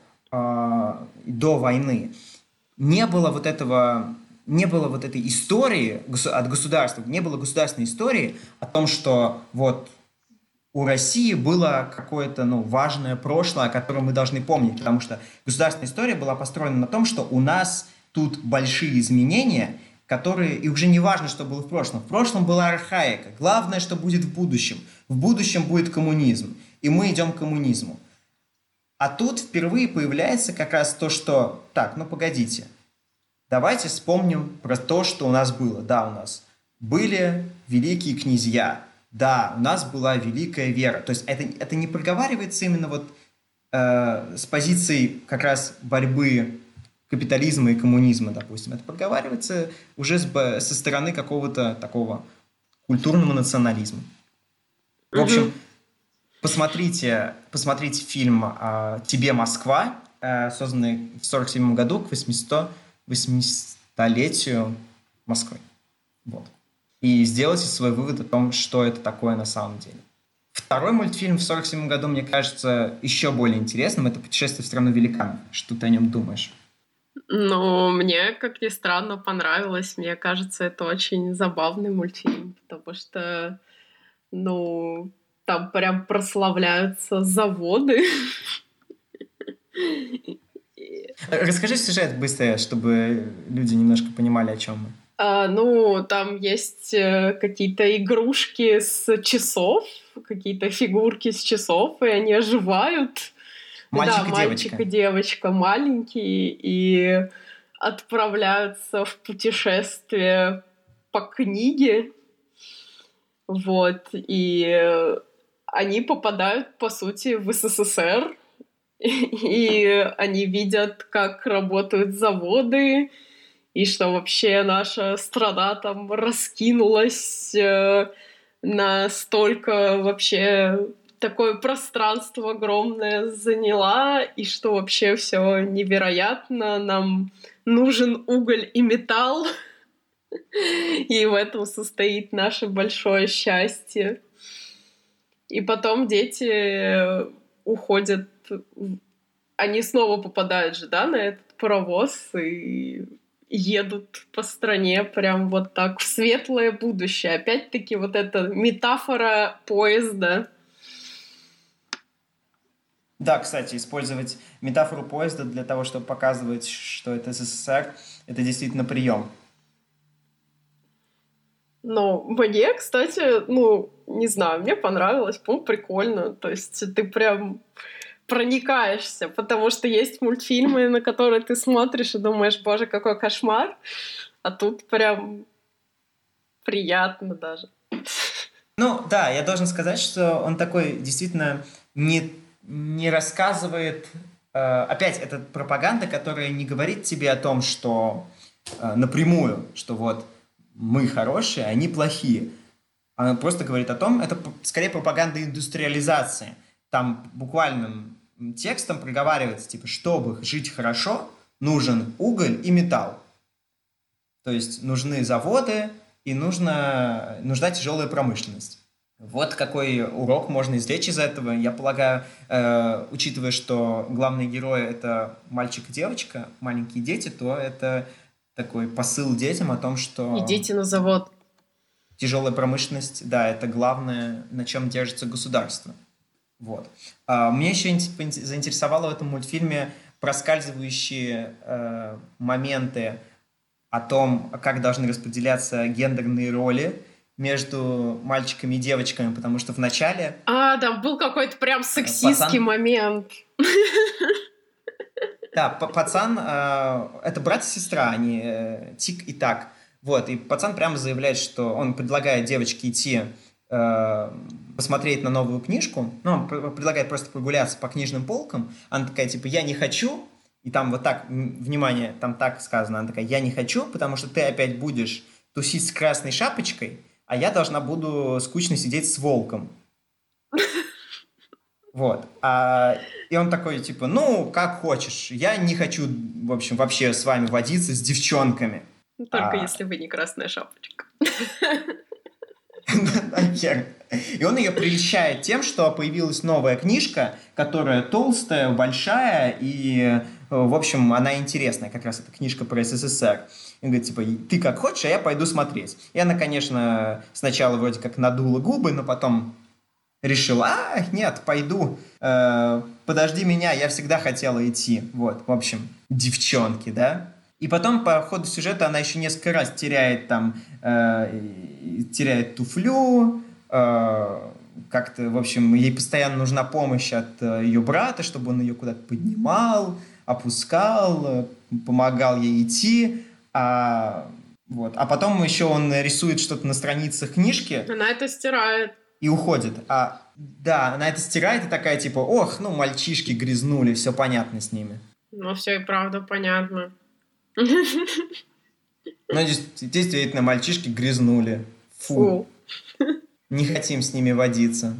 войны не было вот этой истории от государства, не было государственной истории о том, что вот у России было какое-то важное прошлое, о котором мы должны помнить, потому что государственная история была построена на том, что у нас тут большие изменения, которые, и уже не важно, что было в прошлом. В прошлом была архаика. Главное, что будет в будущем. В будущем будет коммунизм. И мы идем к коммунизму. А тут впервые появляется как раз то, что... Так, погодите. Давайте вспомним про то, что у нас было. Да, у нас были великие князья. Да, у нас была великая вера. То есть это не проговаривается именно вот с позицией как раз борьбы капитализма и коммунизма, допустим. Это проговаривается уже со стороны какого-то такого культурного национализма. В общем, посмотрите фильм «Тебе, Москва», созданный в 1947 году к 800-летию Москвы. Вот. И сделайте свой вывод о том, что это такое на самом деле. Второй мультфильм в 1947 году, мне кажется, еще более интересным. Это «Путешествие в страну великанов». Что ты о нем думаешь? Ну, мне, как ни странно, понравилось. Мне кажется, это очень забавный мультфильм, потому что, там прям прославляются заводы. Расскажи сюжет быстро, чтобы люди немножко понимали, о чем мы. Там есть какие-то игрушки с часов, какие-то фигурки с часов, и они оживают. Мальчик и девочка маленькие, и отправляются в путешествие по книге. Вот. И они попадают, по сути, в СССР. И они видят, как работают заводы, и что вообще наша страна там раскинулась настолько вообще такое пространство огромное заняла, и что вообще все невероятно. Нам нужен уголь и металл, и в этом состоит наше большое счастье. И потом дети уходят, они снова попадают же, да, на этот паровоз и едут по стране прям вот так в светлое будущее. Опять-таки вот эта метафора поезда. Да, кстати, использовать метафору поезда для того, чтобы показывать, что это СССР, это действительно прием. Но мне, кстати, не знаю, мне понравилось, по-моему, прикольно. То есть ты прям проникаешься, потому что есть мультфильмы, на которые ты смотришь и думаешь, боже, какой кошмар, а тут прям приятно даже. Ну, да, я должен сказать, что он такой действительно не рассказывает... опять, это пропаганда, которая не говорит тебе о том, что напрямую, что вот мы хорошие, они плохие. Она просто говорит о том, это скорее пропаганда индустриализации. Там буквальным текстом проговаривается, типа, чтобы жить хорошо, нужен уголь и металл. То есть нужны заводы и нужна тяжелая промышленность. Вот какой урок можно извлечь из этого. Я полагаю, учитывая, что главные герои — это мальчик и девочка, маленькие дети, то это такой посыл детям о том, что... Идите на завод. Тяжелая промышленность, да, это главное, на чем держится государство. Вот. Меня еще заинтересовало в этом мультфильме проскальзывающие моменты о том, как должны распределяться гендерные роли между мальчиками и девочками, потому что в начале... Там был какой-то прям сексистский момент. Да, пацан... это брат и сестра, они Тик и Так. Вот, и пацан прямо заявляет, что он предлагает девочке идти посмотреть на новую книжку. Ну, он предлагает просто прогуляться по книжным полкам. Она такая, типа, я не хочу. И там вот так, внимание, там так сказано. Она такая, я не хочу, потому что ты опять будешь тусить с красной шапочкой, а я должна буду скучно сидеть с волком. Вот. И он такой, типа, ну, как хочешь. Я не хочу, в общем, вообще с вами водиться, с девчонками. Только если вы не красная шапочка. И он ее прельщает тем, что появилась новая книжка, которая толстая, большая, и, в общем, она интересная. Как раз эта книжка про СССР. И он говорит, типа, ты как хочешь, а я пойду смотреть. И она, конечно, сначала вроде как надула губы, но потом решила, нет, пойду, подожди меня, я всегда хотела идти. Вот, в общем, девчонки, да? И потом по ходу сюжета она еще несколько раз теряет туфлю, как-то, в общем, ей постоянно нужна помощь от ее брата, чтобы он ее куда-то поднимал, опускал, помогал ей идти. Вот. А потом еще он рисует что-то на страницах книжки. Она это стирает. И уходит. Да, она это стирает и такая, типа, мальчишки грязнули, все понятно с ними. Ну, все и правда понятно. Ну, действительно, мальчишки грязнули. Фу. Не хотим с ними водиться.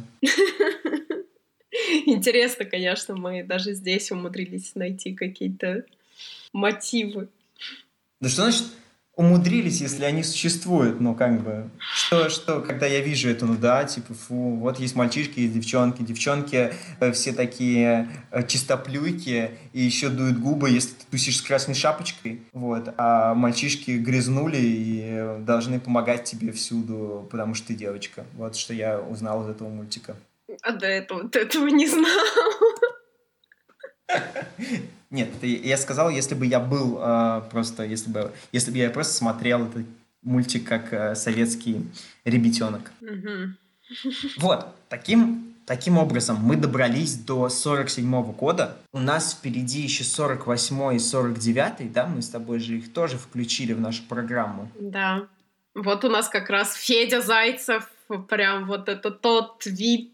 Интересно, конечно, мы даже здесь умудрились найти какие-то мотивы. Да что значит умудрились, если они существуют? Ну, как бы, что когда я вижу это, типа, фу, вот есть мальчишки и девчонки. Девчонки все такие чистоплюйки и еще дуют губы, если ты тусишь с красной шапочкой, вот, а мальчишки грязнули и должны помогать тебе всюду, потому что ты девочка. Вот что я узнал из этого мультика. А до этого не знал. Нет, я сказал, если бы я был если бы я просто смотрел этот мультик как советский ребятенок. Вот, таким образом мы добрались до 47-го года. У нас впереди еще 48-й и 49-й, да? Мы с тобой же их тоже включили в нашу программу. Да. Вот у нас как раз Федя Зайцев, прям вот это тот вид...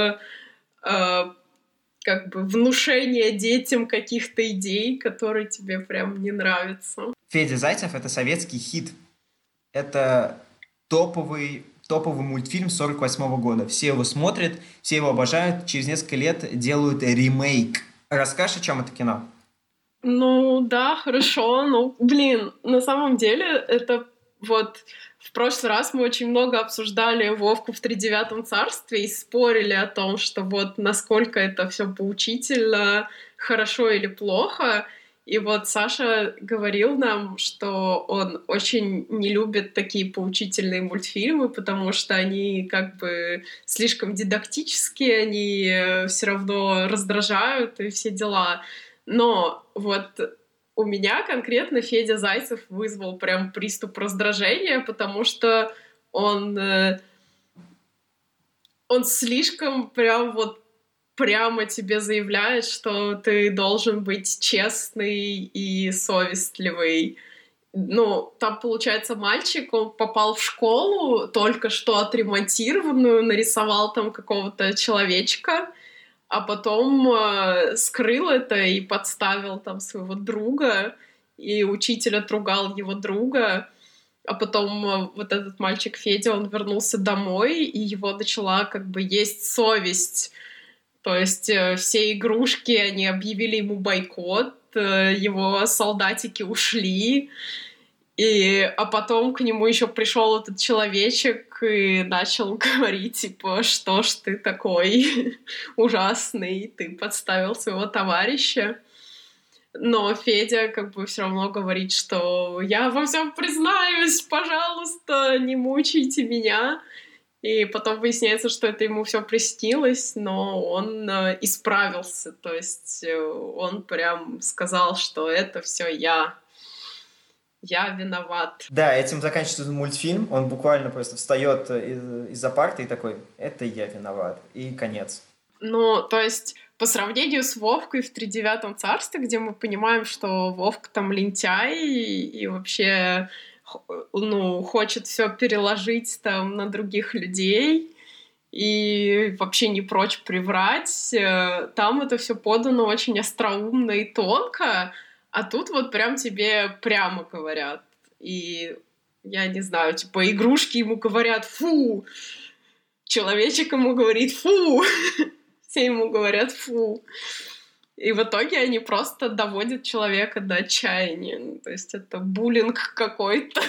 как бы внушение детям каких-то идей, которые тебе прям не нравятся. Федя Зайцев — это советский хит. Это топовый топовый мультфильм 48 года. Все его смотрят, все его обожают. Через несколько лет делают ремейк. Расскажешь, о чем это кино? Ну, да, хорошо. Ну, блин, на самом деле, это вот в прошлый раз мы очень много обсуждали Вовку в Тридевятом царстве и спорили о том, что вот насколько это все поучительно, хорошо или плохо. И вот Саша говорил нам, что он очень не любит такие поучительные мультфильмы, потому что они как бы слишком дидактические, они все равно раздражают и все дела. Но вот у меня конкретно Федя Зайцев вызвал прям приступ раздражения, потому что он, он слишком прям вот прямо тебе заявляет, что ты должен быть честный и совестливый. Ну, там, получается, мальчик, он попал в школу, только что отремонтированную, нарисовал там какого-то человечка, а потом скрыл это и подставил там своего друга, и учитель отругал его друга, а потом вот этот мальчик Федя, он вернулся домой, и его начала как бы есть совесть. То есть все игрушки, они объявили ему бойкот, его солдатики ушли, а потом к нему еще пришел этот человечек и начал говорить, типа, что ж ты такой ужасный, ты подставил своего товарища. Но Федя как бы все равно говорит, что я во всем признаюсь, пожалуйста, не мучайте меня. И потом выясняется, что это ему все приснилось, но он исправился. То есть он прям сказал, что это все я виноват. Да, этим заканчивается мультфильм. Он буквально просто встает из-за парты и такой: это я виноват. И конец. Ну, то есть, по сравнению с Вовкой в Тридевятом царстве, где мы понимаем, что Вовка там лентяй и вообще, ну, хочет все переложить там на других людей и вообще не прочь приврать, там это все подано очень остроумно и тонко, а тут вот прям тебе прямо говорят. И я не знаю, типа игрушки ему говорят «фу», человечек ему говорит «фу», все ему говорят «фу». И в итоге они просто доводят человека до отчаяния. Ну, то есть это буллинг какой-то.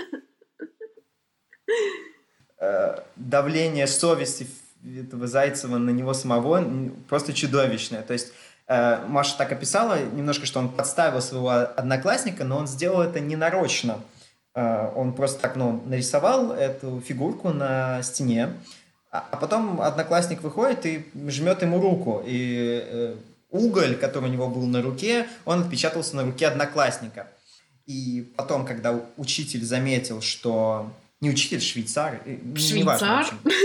Давление совести этого Зайцева на него самого просто чудовищное. То есть Маша так описала немножко, что он подставил своего одноклассника, но он сделал это ненарочно. Он просто так, нарисовал эту фигурку на стене, а потом одноклассник выходит и жмет ему руку. И уголь, который у него был на руке, он отпечатался на руке одноклассника. И потом, когда учитель заметил, что... Не учитель, швейцар. Швейцар?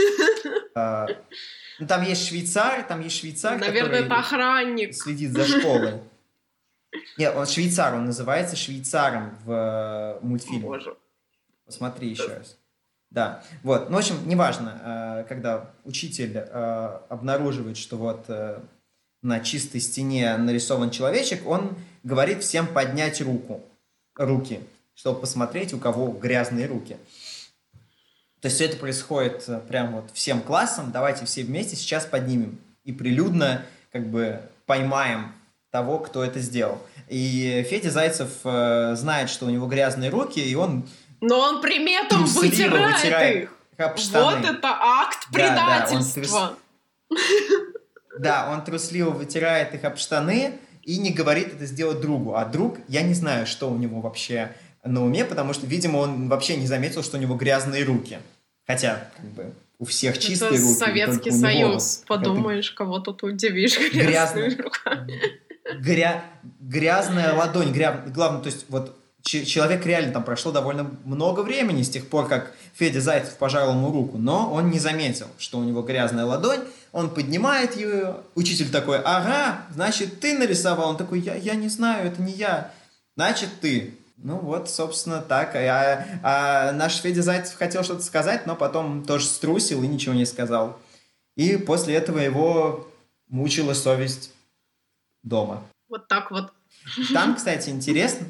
Там есть швейцар, наверное, это охранник. Следит за школой. Нет, он швейцар, он называется швейцаром в мультфильме. Боже. Посмотри еще раз. Да, вот, ну, в общем, неважно, когда учитель обнаруживает, что вот на чистой стене нарисован человечек, он говорит всем поднять руки, чтобы посмотреть, у кого грязные руки. То есть все это происходит прям вот всем классом, давайте все вместе сейчас поднимем и прилюдно как бы поймаем того, кто это сделал. И Федя Зайцев знает, что у него грязные руки, и он... Но он приметом вытирает их. Вот это акт предательства. Да, он трусливо вытирает их об штаны и не говорит это сделать другу. А друг, я не знаю, что у него вообще на уме, потому что, видимо, он вообще не заметил, что у него грязные руки. Хотя, как бы, у всех чистые это руки. Советский Союз. Подумаешь, кого тут удивишь грязными руками. Грязная ладонь. Главное, то есть, вот человек реально там прошло довольно много времени с тех пор, как Федя Зайцев пожал ему руку, но он не заметил, что у него грязная ладонь. Он поднимает ее, учитель такой: ага, значит, ты нарисовал. Он такой: я не знаю, это не я. Значит, ты. Ну вот, собственно, так. А наш Федя Зайцев хотел что-то сказать, но потом тоже струсил и ничего не сказал. И после этого его мучила совесть дома. Вот так вот. Там, кстати, интересно.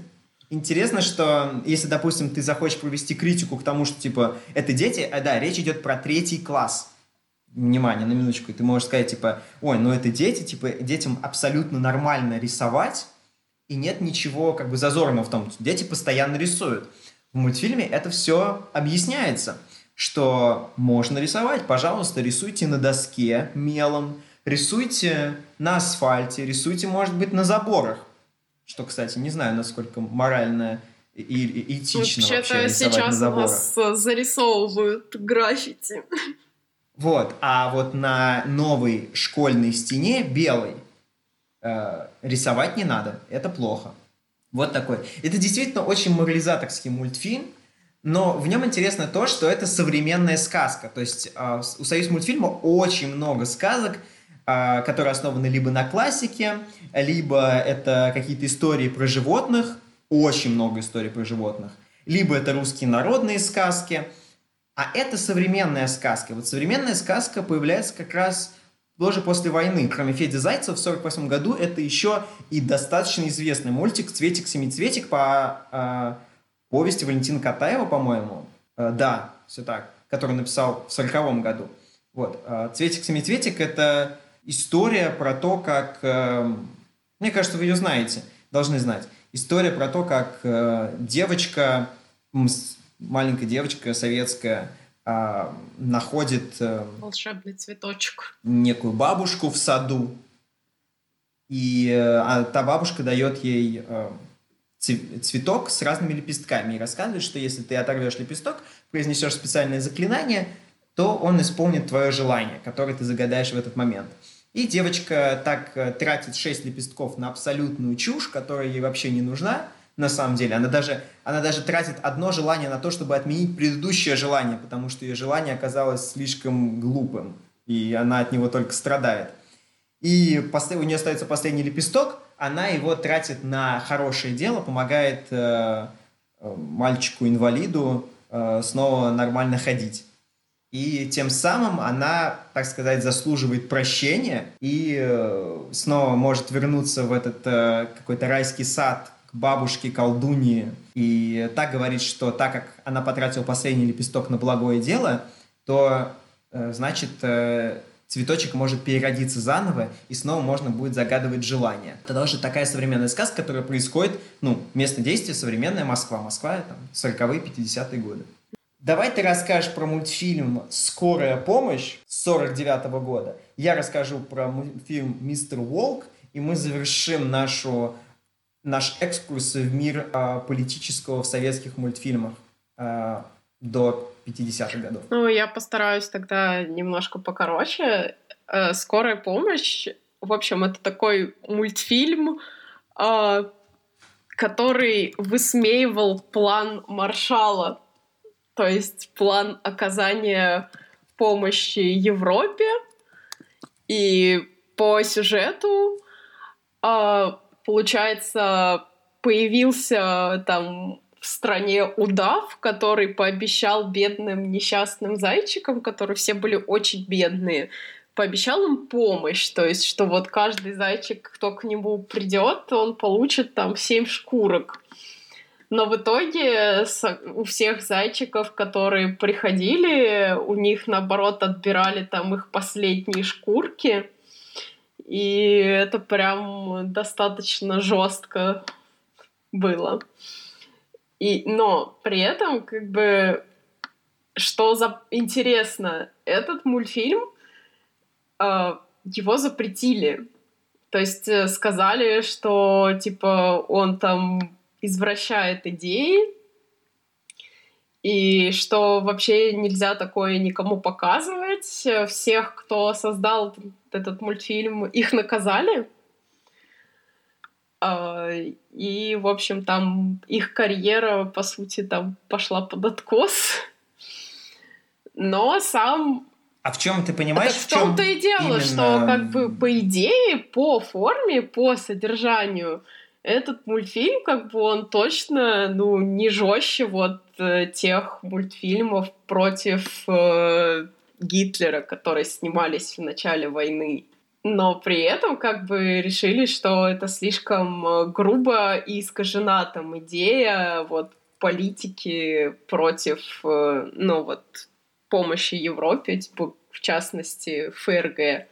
Интересно, что если, допустим, ты захочешь провести критику к тому, что, типа, это дети, да, речь идет про 3 класс. Внимание, на минуточку. Ты можешь сказать, типа, ой, ну это дети, типа, детям абсолютно нормально рисовать, и нет ничего, как бы, зазорного в том, что дети постоянно рисуют. В мультфильме это все объясняется, что можно рисовать. Пожалуйста, рисуйте на доске мелом, рисуйте на асфальте, рисуйте, может быть, на заборах. Что, кстати, не знаю, насколько морально и этично вообще Вообще-то рисовать на сейчас у заборах. нас зарисовывают граффити. Вот, а вот на новой школьной стене белой рисовать не надо, это плохо. Вот такой. Это действительно очень морализаторский мультфильм, но в нем интересно то, что это современная сказка. То есть у Союзмультфильма очень много сказок, которые основаны либо на классике, либо это какие-то истории про животных, очень много историй про животных, либо это русские народные сказки, а это современная сказка. Вот современная сказка появляется как раз тоже после войны. Кроме Феди Зайцева в 1948 году это еще и достаточно известный мультик «Цветик-семицветик» по повести Валентина Катаева, по-моему. Да, все так. Который написал в 1940 году. Вот. «Цветик-семицветик» — это история про то, как... мне кажется, вы ее знаете, должны знать. История про то, как девочка, маленькая девочка советская, находит волшебный цветочек, некую бабушку в саду, и та бабушка дает ей цветок с разными лепестками и рассказывает, что если ты оторвешь лепесток, произнесешь специальное заклинание, то он исполнит твое желание, которое ты загадаешь в этот момент. И девочка так тратит 6 лепестков на абсолютную чушь, которая ей вообще не нужна, на самом деле. Она даже тратит одно желание на то, чтобы отменить предыдущее желание, потому что ее желание оказалось слишком глупым, и она от него только страдает. И у нее остается последний лепесток, она его тратит на хорошее дело, помогает мальчику-инвалиду снова нормально ходить. И тем самым она, так сказать, заслуживает прощения и снова может вернуться в этот какой-то райский сад к бабушке-колдунье. И так говорит, что так как она потратила последний лепесток на благое дело, то, значит, цветочек может переродиться заново, и снова можно будет загадывать желание. Это тоже такая современная сказка, которая происходит, место действия — современная Москва. Москва, там, 40-е, 50-е годы. Давай ты расскажешь про мультфильм «Скорая помощь» с 49-го года. Я расскажу про мультфильм «Мистер Волк», и мы завершим наш экскурс в мир политического в советских мультфильмах до 50-х годов. Я постараюсь тогда немножко покороче. «Скорая помощь», в общем, это такой мультфильм, который высмеивал план Маршалла, то есть план оказания помощи Европе. И по сюжету, получается, появился там в стране удав, который пообещал бедным несчастным зайчикам, которые все были очень бедные, пообещал им помощь. То есть, что вот каждый зайчик, кто к нему придет, он получит там 7 шкурок. Но в итоге у всех зайчиков, которые приходили, у них, наоборот, отбирали там их последние шкурки. И это прям достаточно жестко было. Но при этом, как бы, что интересно, этот мультфильм, его запретили. То есть сказали, что, типа, он там извращает идеи, и что вообще нельзя такое никому показывать. Всех, кто создал этот мультфильм, их наказали. И, в общем, там их карьера, по сути, там пошла под откос. Но сам... А в чем ты понимаешь? Так в том-то и дело, именно... что как бы по идее, по форме, по содержанию этот мультфильм, как бы он точно, не жестче вот тех мультфильмов против Гитлера, которые снимались в начале войны. Но при этом как бы решили, что это слишком грубо и искажена там идея вот политики против, ну вот, помощи Европе, типа, в частности, ФРГ.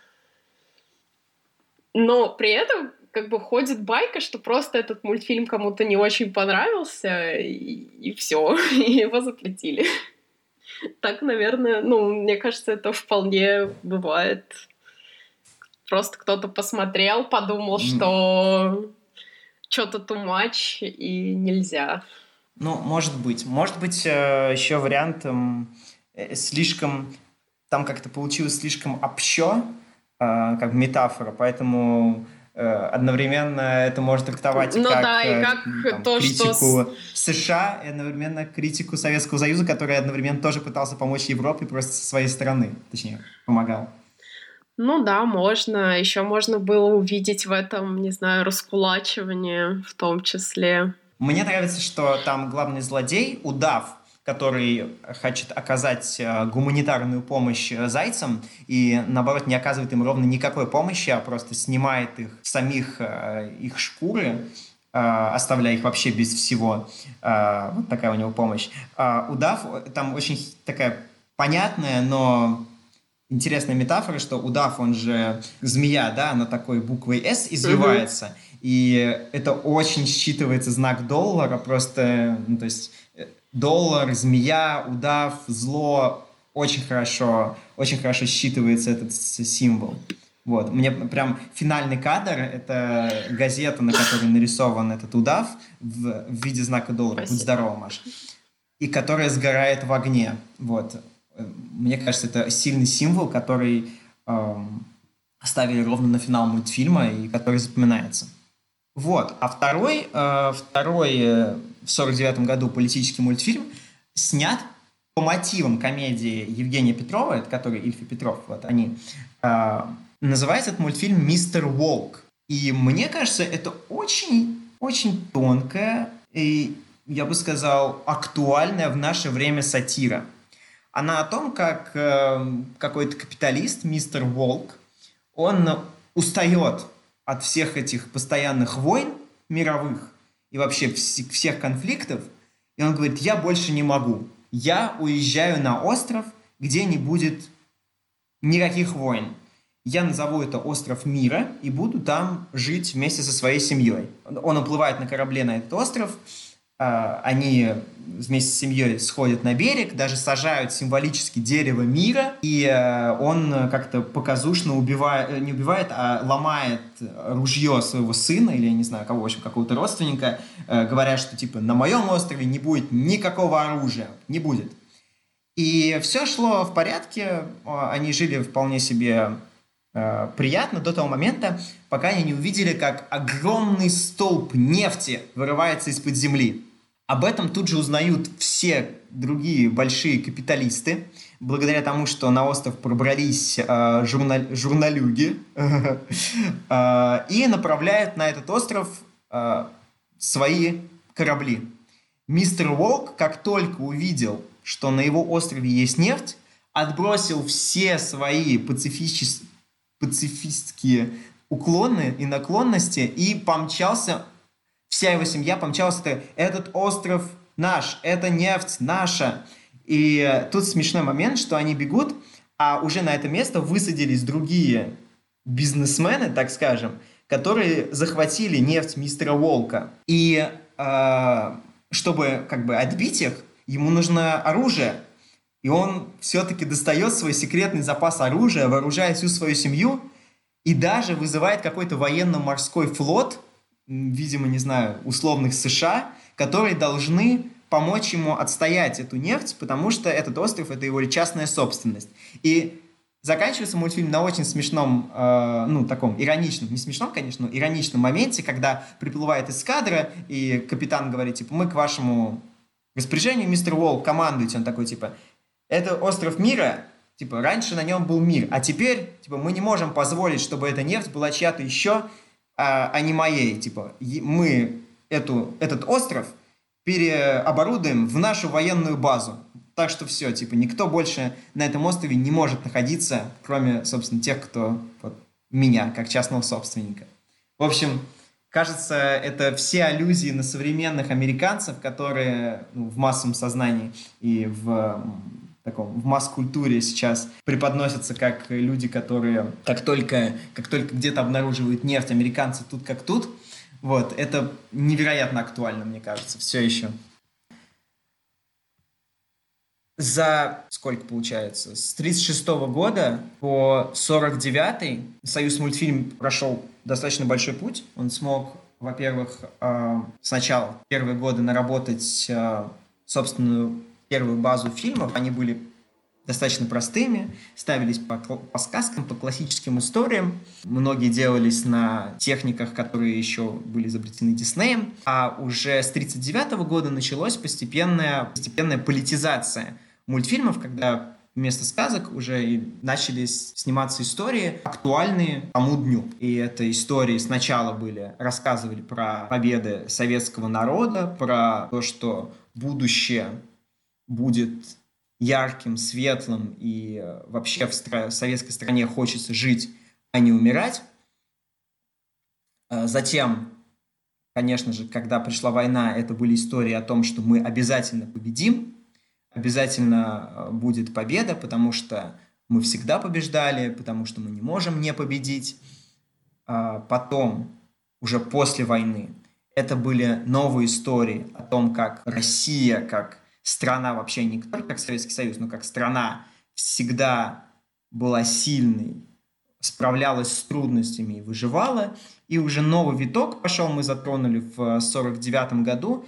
Но при этом как бы ходит байка, что просто этот мультфильм кому-то не очень понравился, и все, и его запретили. Так, наверное, ну, мне кажется, это вполне бывает. Просто кто-то посмотрел, подумал, что что-то too much и нельзя. Ну, может быть. Может быть, еще вариантом слишком... Там как-то получилось слишком общо, как метафора, поэтому одновременно это можно трактовать Ну как, да, и как там, то, критику что... США, и одновременно критику Советского Союза, который одновременно тоже пытался помочь Европе просто со своей стороны, точнее, помогал. Ну да, можно. Еще можно было увидеть в этом, не знаю, раскулачивание в том числе. Мне нравится, что там главный злодей, удав, который хочет оказать гуманитарную помощь зайцам и, наоборот, не оказывает им ровно никакой помощи, а просто снимает их самих, их шкуры, оставляя их вообще без всего. Вот такая у него помощь. Удав, там очень такая понятная, но интересная метафора, что удав, он же змея, да, она такой буквой «С» извивается, и это очень считывается знак доллара, просто, ну, то есть доллар, змея, удав, зло, очень хорошо считывается этот символ. Вот. Мне прям финальный кадр, это газета, на которой нарисован этот удав в виде знака доллара. Спасибо. Будь здорова, Маша. И которая сгорает в огне. Вот. Мне кажется, это сильный символ, который оставили ровно на финал мультфильма и который запоминается. Вот. А второй в 49-м году политический мультфильм снят по мотивам комедии Евгения Петрова, это который Ильф и Петров, вот они. Называется этот мультфильм «Мистер Волк». И мне кажется, это очень тонкая и, я бы сказал, актуальная в наше время сатира. Она о том, как какой-то капиталист, мистер Волк, он устает от всех этих постоянных войн мировых и вообще всех конфликтов, и он говорит: я больше не могу. Я уезжаю на остров, где не будет никаких войн. Я назову это остров мира и буду там жить вместе со своей семьей. Он уплывает на корабле на этот остров, они вместе с семьей сходят на берег, даже сажают символически дерево мира, и он как-то показушно не убивает, а ломает ружье своего сына, или я не знаю кого, в общем, какого-то родственника, говоря, что типа на моем острове не будет никакого оружия, не будет. И все шло в порядке, они жили вполне себе приятно до того момента, пока они не увидели, как огромный столб нефти вырывается из-под земли. Об этом тут же узнают все другие большие капиталисты, благодаря тому, что на остров пробрались журналюги и направляют на этот остров свои корабли. Мистер Волк, как только увидел, что на его острове есть нефть, отбросил все свои пацифистские уклоны и наклонности и помчался. Вся его семья помчалась. Этот остров наш, эта нефть наша. И тут смешной момент, что они бегут, а уже на это место высадились другие бизнесмены, так скажем, которые захватили нефть мистера Волка. И чтобы как бы отбить их, ему нужно оружие. И он все-таки достает свой секретный запас оружия, вооружает всю свою семью и даже вызывает какой-то военно-морской флот, видимо, не знаю, условных США, которые должны помочь ему отстоять эту нефть, потому что этот остров – это его частная собственность. И заканчивается мультфильм на очень смешном, таком ироничном, не смешном, конечно, но ироничном моменте, когда приплывает эскадра, и капитан говорит, типа, мы к вашему распоряжению, мистер Уолл, командуйте. Он такой, типа, это остров мира, типа, раньше на нем был мир, а теперь, типа, мы не можем позволить, чтобы эта нефть была чья-то еще, а не моей. Типа, мы этот остров переоборудуем в нашу военную базу. Так что все, типа, никто больше на этом острове не может находиться, кроме, собственно, тех, кто вот, меня, как частного собственника. В общем, кажется, это все аллюзии на современных американцев, которые в массовом сознании и в масс-культуре сейчас преподносятся как люди, которые как только где-то обнаруживают нефть, американцы тут как тут. Вот, это невероятно актуально, мне кажется, все еще. За сколько получается? С 1936 года по 1949 Союзмультфильм прошел достаточно большой путь. Он смог, во-первых, сначала первые годы наработать собственную первую базу фильмов. Они были достаточно простыми, ставились по сказкам, по классическим историям. Многие делались на техниках, которые еще были изобретены Диснеем. А уже с 1939 года началась постепенная политизация мультфильмов, когда вместо сказок уже и начали сниматься истории, актуальные тому дню. И это истории сначала рассказывали про победы советского народа, про то, что будущее будет ярким, светлым, и вообще в советской стране хочется жить, а не умирать. Затем, конечно же, когда пришла война, это были истории о том, что мы обязательно победим, обязательно будет победа, потому что мы всегда побеждали, потому что мы не можем не победить. Потом, уже после войны, это были новые истории о том, как Россия, как страна вообще не только как Советский Союз, но как страна всегда была сильной, справлялась с трудностями и выживала. И уже новый виток пошел, мы затронули в 1949 году,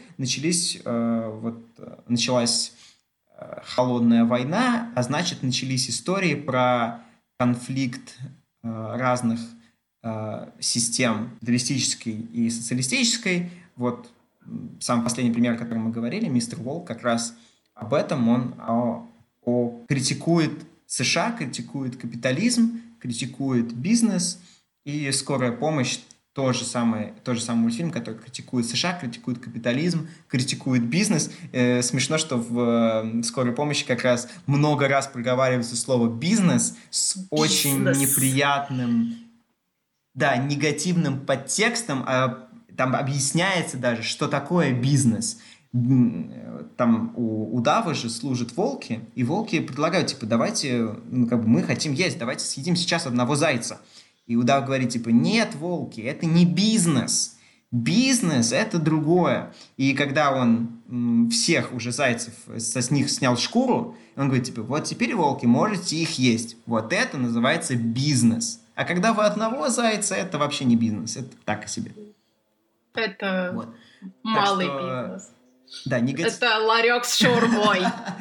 началась холодная война, а значит, начались истории про конфликт разных систем капиталистической и социалистической. Вот самый последний пример, о котором мы говорили, «Мистер Волк», как раз об этом. Он критикует США, критикует капитализм, критикует бизнес, и «Скорая помощь» тот же самый мультфильм, который критикует США, критикует капитализм, критикует бизнес. Смешно, что в «Скорой помощи» как раз много раз проговаривается слово «бизнес» с очень неприятным, негативным подтекстом. Там объясняется даже, что такое бизнес. Там у удава же служат волки, и волки предлагают, давайте, мы хотим есть, давайте съедим сейчас одного зайца. И удав говорит, нет, волки, это не бизнес. Бизнес – это другое. И когда он всех уже зайцев с них снял шкуру, он говорит, вот теперь, волки, можете их есть. Вот это называется бизнес. А когда вы одного зайца, это вообще не бизнес, это так себе. Это малый бизнес. Да, это ларек с шаурмой.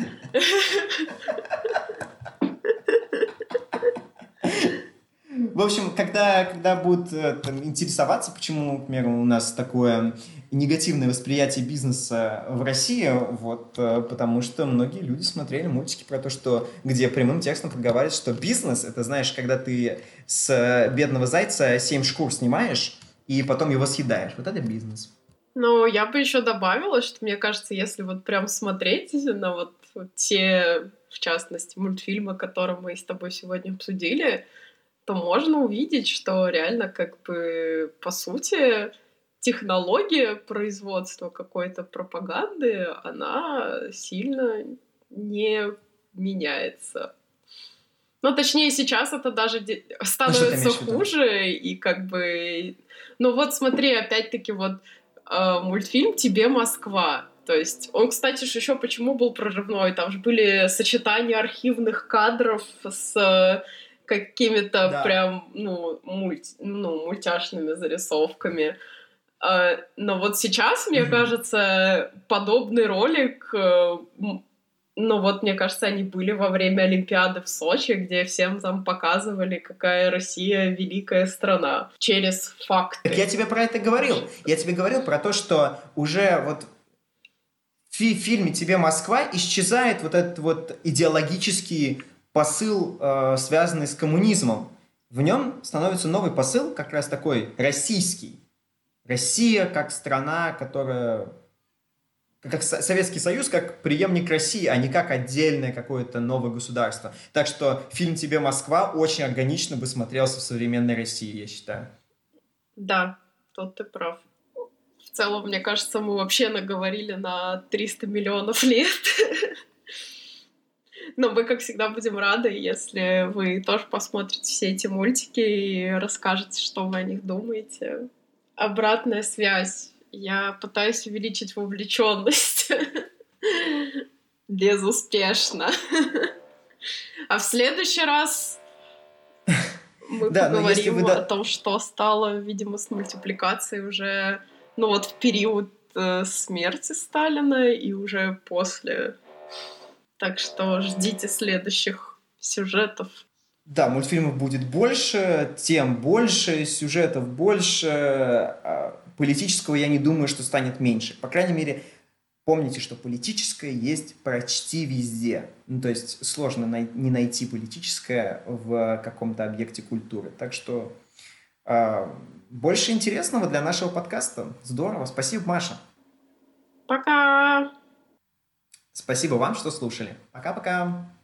В общем, когда будут интересоваться, почему, к примеру, у нас такое негативное восприятие бизнеса в России, потому что многие люди смотрели мультики про то, где прямым текстом проговаривают, что бизнес, это, знаешь, когда ты с бедного зайца 7 шкур снимаешь, и потом его съедаешь. Вот это бизнес. Ну, я бы еще добавила, что, мне кажется, если прям смотреть на те, в частности, мультфильмы, которые мы с тобой сегодня обсудили, то можно увидеть, что реально, по сути, технология производства какой-то пропаганды, она сильно не меняется. Ну, точнее, сейчас это даже становится хуже, и смотри, опять-таки, мультфильм «Тебе Москва». То есть он, кстати, еще почему был прорывной? Там же были сочетания архивных кадров с какими-то прям, мультяшными зарисовками. Но сейчас, мне кажется, подобный ролик... мне кажется, они были во время Олимпиады в Сочи, где всем там показывали, какая Россия великая страна через факты. Так я тебе про это говорил. Я тебе говорил про то, что уже в фильме «Тебе Москва» исчезает этот идеологический посыл, связанный с коммунизмом. В нем становится новый посыл, как раз такой российский. Россия как страна, которая как Советский Союз, как преемник России, а не как отдельное какое-то новое государство. Так что фильм «Тебе Москва» очень органично бы смотрелся в современной России, я считаю. Да, тут ты прав. В целом, мне кажется, мы вообще наговорили на 300 миллионов лет. Но мы, как всегда, будем рады, если вы тоже посмотрите все эти мультики и расскажете, что вы о них думаете. Обратная связь. Я пытаюсь увеличить вовлеченность. Безуспешно. А в следующий раз мы поговорим о том, что стало, видимо, с мультипликацией уже, ну вот в период смерти Сталина и уже после. Так что ждите следующих сюжетов. Да, мультфильмов будет больше, тем больше, сюжетов больше. Политического я не думаю, что станет меньше. По крайней мере, помните, что политическое есть почти везде. Ну, то есть сложно не найти политическое в каком-то объекте культуры. Так что больше интересного для нашего подкаста. Здорово. Спасибо, Маша. Пока! Спасибо вам, что слушали. Пока-пока.